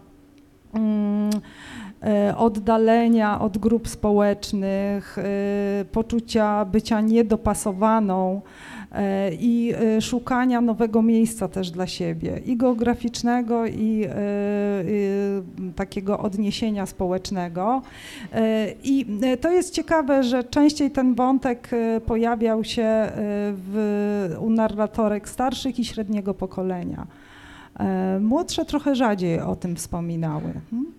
y, oddalenia od grup społecznych, y, poczucia bycia niedopasowaną y, i y, szukania nowego miejsca też dla siebie, i geograficznego, i y, y, takiego odniesienia społecznego. Y, I to jest ciekawe, że częściej ten wątek y, pojawiał się y, w, u narratorek starszych i średniego pokolenia. Y, młodsze trochę rzadziej o tym wspominały. Hmm?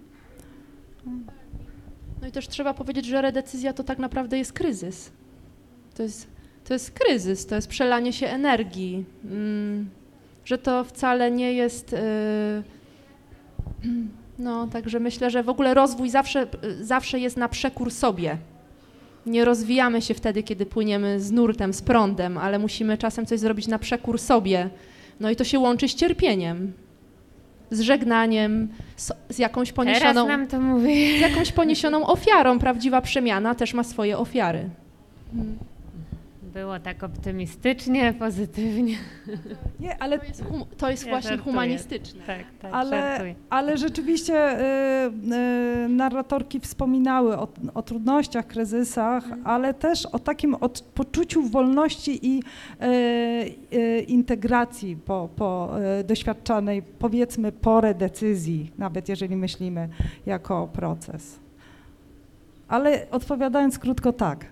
No i też trzeba powiedzieć, że redecyzja to tak naprawdę jest kryzys. To jest, to jest kryzys, to jest przelanie się energii, mm, że to wcale nie jest... Yy, no, także myślę, że w ogóle rozwój zawsze, zawsze jest na przekór sobie. Nie rozwijamy się wtedy, kiedy płyniemy z nurtem, z prądem, ale musimy czasem coś zrobić na przekór sobie. No i to się łączy z cierpieniem, z żegnaniem, z, z jakąś poniesioną... Teraz nam to mówi. Z jakąś poniesioną ofiarą. Prawdziwa przemiana też ma swoje ofiary. Hmm. Było tak optymistycznie, pozytywnie. Nie, ale to jest, hum, to jest ja właśnie żartuję. humanistyczne. Tak, tak, ale, ale rzeczywiście y, y, narratorki wspominały o, o trudnościach, kryzysach, mm. ale też o takim od, poczuciu wolności i y, y, integracji po, po y, doświadczanej, powiedzmy, porę decyzji, nawet jeżeli myślimy jako proces. Ale odpowiadając krótko, tak.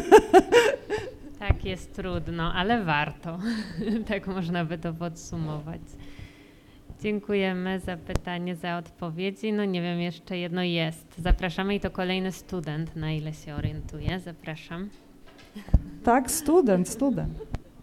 Tak, jest trudno, ale warto. Tak można by to podsumować. Dziękujemy za pytanie, za odpowiedzi. No nie wiem, jeszcze jedno jest. Zapraszamy i to kolejny student, na ile się orientuje. Zapraszam. Tak, student, student.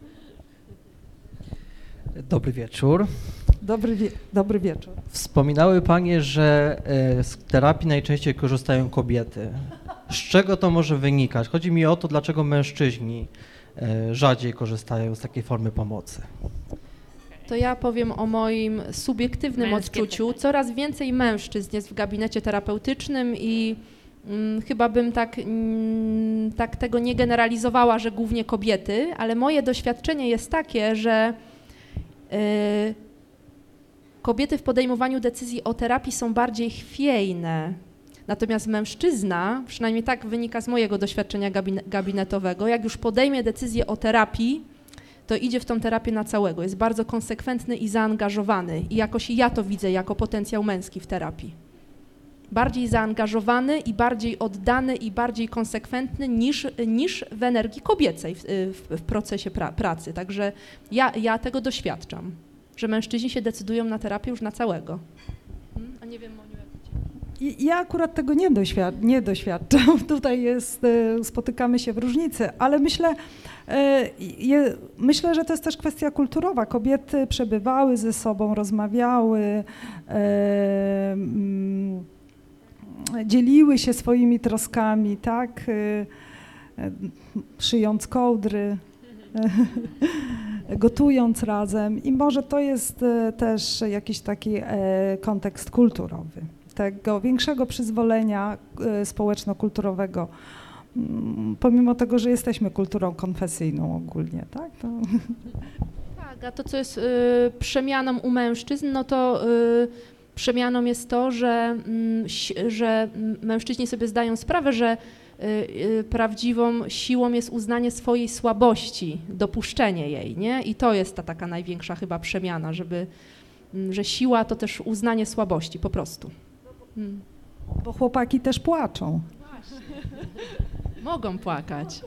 Dobry wieczór. Dobry, wie, dobry wieczór. Wspominały Panie, że e, z terapii najczęściej korzystają kobiety. Z czego to może wynikać? Chodzi mi o to, dlaczego mężczyźni e, rzadziej korzystają z takiej formy pomocy. To ja powiem o moim subiektywnym Męskie odczuciu. pytanie. Coraz więcej mężczyzn jest w gabinecie terapeutycznym i mm, chyba bym tak, mm, tak tego nie generalizowała, że głównie kobiety, ale moje doświadczenie jest takie, że y, kobiety w podejmowaniu decyzji o terapii są bardziej chwiejne. Natomiast mężczyzna, przynajmniej tak wynika z mojego doświadczenia gabine- gabinetowego, jak już podejmie decyzję o terapii, to idzie w tą terapię na całego. Jest bardzo konsekwentny i zaangażowany. I jakoś ja to widzę jako potencjał męski w terapii. Bardziej zaangażowany i bardziej oddany i bardziej konsekwentny niż, niż w energii kobiecej w, w, w procesie pra, pracy. Także ja, ja tego doświadczam, że mężczyźni się decydują na terapię już na całego. Hmm? A nie wiem, Moniu, jak I ja akurat tego nie, doświad- nie doświadczam. Tutaj jest, e, spotykamy się w różnicy, ale myślę, e, je, myślę, że to jest też kwestia kulturowa. Kobiety przebywały ze sobą, rozmawiały, e, mm, dzieliły się swoimi troskami, tak, e, e, szyjąc kołdry, e, gotując razem i może to jest e, też jakiś taki e, kontekst kulturowy. Tego większego przyzwolenia y, społeczno-kulturowego, mm, pomimo tego, że jesteśmy kulturą konfesyjną ogólnie, tak? To... Tak, a to, co jest y, przemianą u mężczyzn, no to y, przemianą jest to, że, mm, si- że mężczyźni sobie zdają sprawę, że y, y, prawdziwą siłą jest uznanie swojej słabości, dopuszczenie jej, nie? I to jest ta taka największa chyba przemiana, żeby, mm, że siła to też uznanie słabości, po prostu. Hmm. Bo chłopaki też płaczą. Mogą płakać.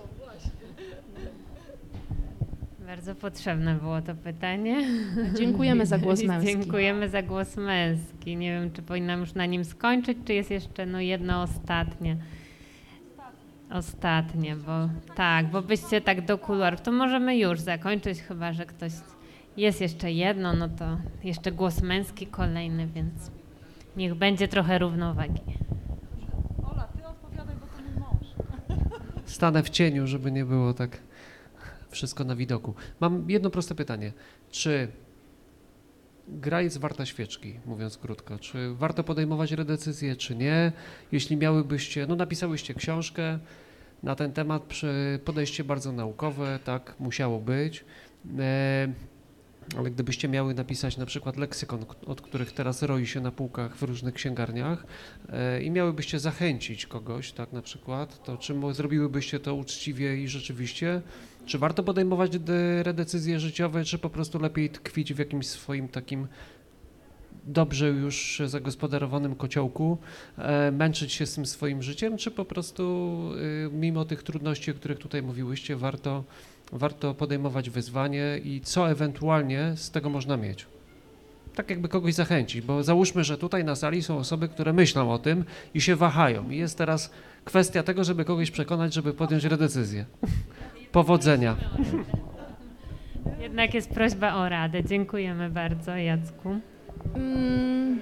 Bardzo potrzebne było to pytanie. Dziękujemy za głos męski. Dziękujemy za głos męski. Nie wiem, czy powinnam już na nim skończyć, czy jest jeszcze no, jedno ostatnie. Ostatnie, bo tak, bo byście tak do kuluarów. To możemy już zakończyć, chyba że ktoś... Jest jeszcze jedno, no to jeszcze głos męski kolejny, więc niech będzie trochę równowagi. Ola, ty odpowiadaj, bo to mój mąż. Stanę w cieniu, żeby nie było tak wszystko na widoku. Mam jedno proste pytanie. Czy gra jest warta świeczki, mówiąc krótko? Czy warto podejmować redecyzje, czy nie? Jeśli miałybyście, no napisałyście książkę na ten temat, przy podejście bardzo naukowe, tak musiało być. E, ale gdybyście miały napisać na przykład leksykon, od których teraz roi się na półkach w różnych księgarniach e, i miałybyście zachęcić kogoś, tak na przykład, to czy mo- zrobiłybyście to uczciwie i rzeczywiście? Czy warto podejmować de- redecyzje życiowe, czy po prostu lepiej tkwić w jakimś swoim takim dobrze już zagospodarowanym kociołku, e, męczyć się z tym swoim życiem, czy po prostu e, mimo tych trudności, o których tutaj mówiłyście, warto warto podejmować wyzwanie i co ewentualnie z tego można mieć. Tak jakby kogoś zachęcić, bo załóżmy, że tutaj na sali są osoby, które myślą o tym i się wahają. I jest teraz kwestia tego, żeby kogoś przekonać, żeby podjąć redecyzję. Powodzenia. Jednak jest prośba o radę. Dziękujemy bardzo, Jacku. Mm.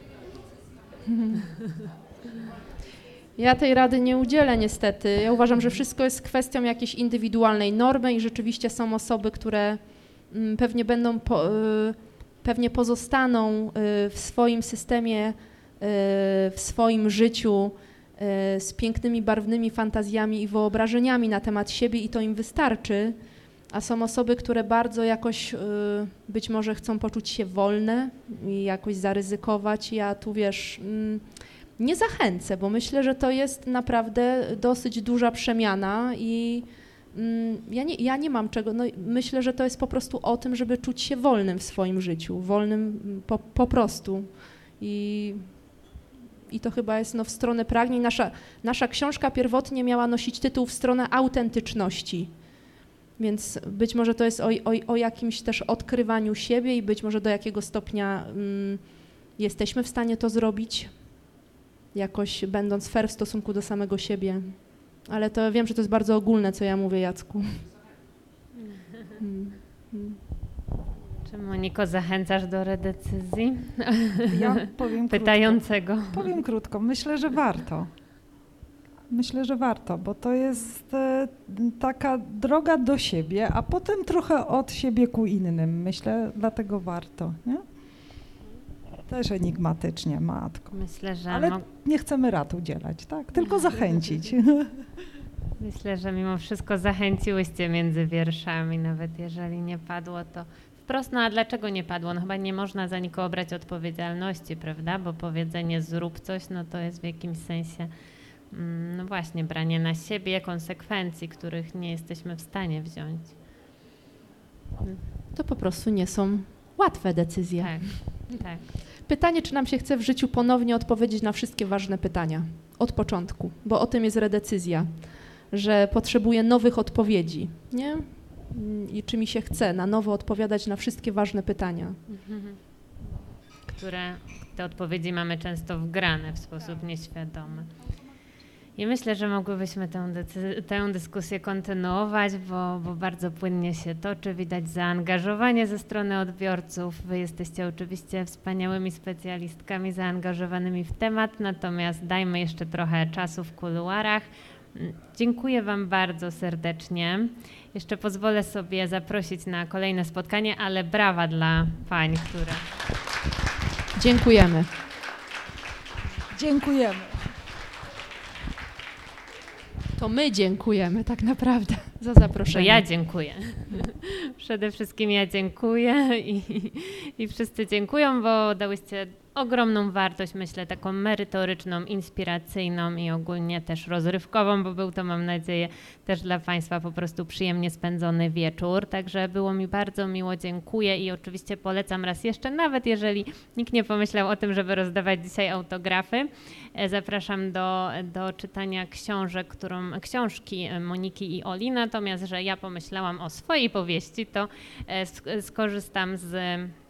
Ja tej rady nie udzielę niestety. Ja uważam, że wszystko jest kwestią jakiejś indywidualnej normy i rzeczywiście są osoby, które mm, pewnie będą, po, y, pewnie pozostaną y, w swoim systemie, y, w swoim życiu y, z pięknymi, barwnymi fantazjami i wyobrażeniami na temat siebie i to im wystarczy, a są osoby, które bardzo jakoś y, być może chcą poczuć się wolne i jakoś zaryzykować. Ja tu wiesz... Mm, nie zachęcę, bo myślę, że to jest naprawdę dosyć duża przemiana i mm, ja, nie, ja nie mam czego, no, myślę, że to jest po prostu o tym, żeby czuć się wolnym w swoim życiu, wolnym po, po prostu i, i to chyba jest no, w stronę pragnień. Nasza, nasza książka pierwotnie miała nosić tytuł w stronę autentyczności, więc być może to jest o, o, o jakimś też odkrywaniu siebie i być może do jakiego stopnia mm, jesteśmy w stanie to zrobić, jakoś będąc fair w stosunku do samego siebie. Ale to wiem, że to jest bardzo ogólne, co ja mówię, Jacku. Hmm. Hmm. Czy Moniko zachęcasz do redecyzji? Ja powiem Pytającego. Krótko. Powiem krótko. Myślę, że warto. Myślę, że warto, bo to jest e, taka droga do siebie, a potem trochę od siebie ku innym. Myślę, dlatego warto, nie? Też enigmatycznie, matko. Myślę, że Ale mo- nie chcemy rad udzielać, tak? Tylko zachęcić. Myślę, że mimo wszystko zachęciłyście między wierszami, nawet jeżeli nie padło to wprost. No a dlaczego nie padło? No chyba nie można za nikogo brać odpowiedzialności, prawda? Bo powiedzenie zrób coś, no to jest w jakimś sensie no właśnie branie na siebie konsekwencji, których nie jesteśmy w stanie wziąć. To po prostu nie są łatwe decyzje. Tak, tak. Pytanie, czy nam się chce w życiu ponownie odpowiedzieć na wszystkie ważne pytania od początku, bo o tym jest redecyzja, że potrzebuję nowych odpowiedzi, nie? I czy mi się chce na nowo odpowiadać na wszystkie ważne pytania. Mhm. Które te odpowiedzi mamy często wgrane w sposób nieświadomy. I myślę, że mogłybyśmy tę, decy- tę dyskusję kontynuować, bo, bo bardzo płynnie się toczy. Widać zaangażowanie ze strony odbiorców. Wy jesteście oczywiście wspaniałymi specjalistkami zaangażowanymi w temat, natomiast dajmy jeszcze trochę czasu w kuluarach. Dziękuję Wam bardzo serdecznie. Jeszcze pozwolę sobie zaprosić na kolejne spotkanie, ale brawa dla pań, które... Dziękujemy. Dziękujemy. To my dziękujemy tak naprawdę za zaproszenie. To ja dziękuję. Przede wszystkim ja dziękuję i, i wszyscy dziękują, bo dałyście ogromną wartość, myślę, taką merytoryczną, inspiracyjną i ogólnie też rozrywkową, bo był to, mam nadzieję, też dla Państwa po prostu przyjemnie spędzony wieczór. Także było mi bardzo miło, dziękuję i oczywiście polecam raz jeszcze, nawet jeżeli nikt nie pomyślał o tym, żeby rozdawać dzisiaj autografy. Zapraszam do, do czytania książek, którą, książki Moniki i Oli, natomiast, że ja pomyślałam o swojej powieści, to skorzystam z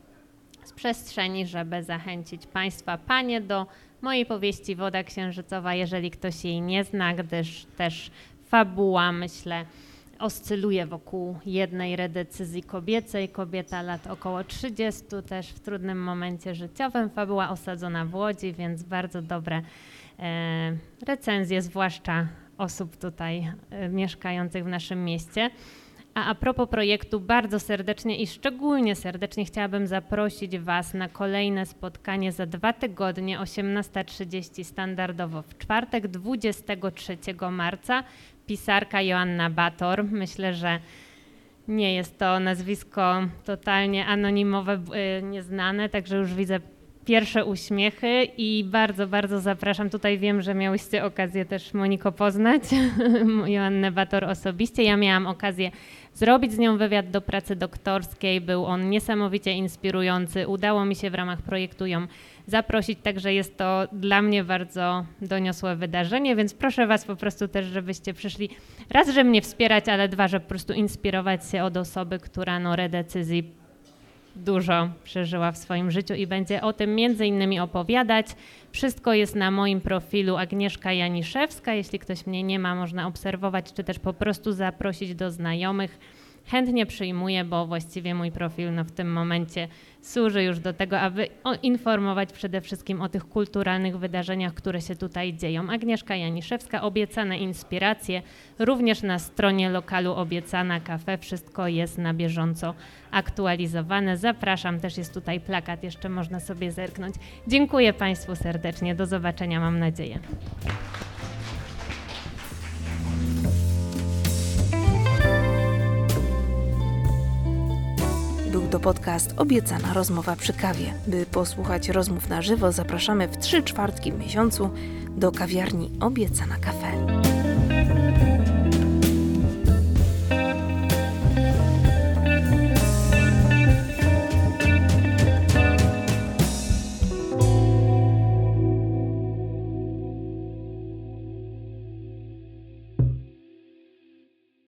z przestrzeni, żeby zachęcić Państwa, Panie, do mojej powieści Woda Księżycowa, jeżeli ktoś jej nie zna, gdyż też fabuła, myślę, oscyluje wokół jednej redecyzji kobiecej. Kobieta lat około trzydziestu, też w trudnym momencie życiowym. Fabuła osadzona w Łodzi, więc bardzo dobre e, recenzje, zwłaszcza osób tutaj e, mieszkających w naszym mieście. A a propos projektu, bardzo serdecznie i szczególnie serdecznie chciałabym zaprosić Was na kolejne spotkanie za dwa tygodnie, osiemnasta trzydzieści standardowo w czwartek, dwudziestego trzeciego marca. Pisarka Joanna Bator. Myślę, że nie jest to nazwisko totalnie anonimowe, nieznane, także już widzę pierwsze uśmiechy i bardzo, bardzo zapraszam. Tutaj wiem, że miałyście okazję też Moniko poznać, Joannę Bator osobiście. Ja miałam okazję zrobić z nią wywiad do pracy doktorskiej. Był on niesamowicie inspirujący. Udało mi się w ramach projektu ją zaprosić, także jest to dla mnie bardzo doniosłe wydarzenie, więc proszę Was po prostu też, żebyście przyszli raz, żeby mnie wspierać, ale dwa, żeby po prostu inspirować się od osoby, która no redecyzji dużo przeżyła w swoim życiu i będzie o tym między innymi opowiadać. Wszystko jest na moim profilu Agnieszka Janiszewska. Jeśli ktoś mnie nie ma, można obserwować, czy też po prostu zaprosić do znajomych. Chętnie przyjmuję, bo właściwie mój profil no, w tym momencie służy już do tego, aby informować przede wszystkim o tych kulturalnych wydarzeniach, które się tutaj dzieją. Agnieszka Janiszewska, obiecane inspiracje, również na stronie lokalu Obiecana Cafe. Wszystko jest na bieżąco aktualizowane. Zapraszam, też jest tutaj plakat, jeszcze można sobie zerknąć. Dziękuję Państwu serdecznie, do zobaczenia, mam nadzieję. Był to podcast Obiecana rozmowa przy kawie. By posłuchać rozmów na żywo, zapraszamy w trzy czwartki w miesiącu do kawiarni Obiecana Cafe.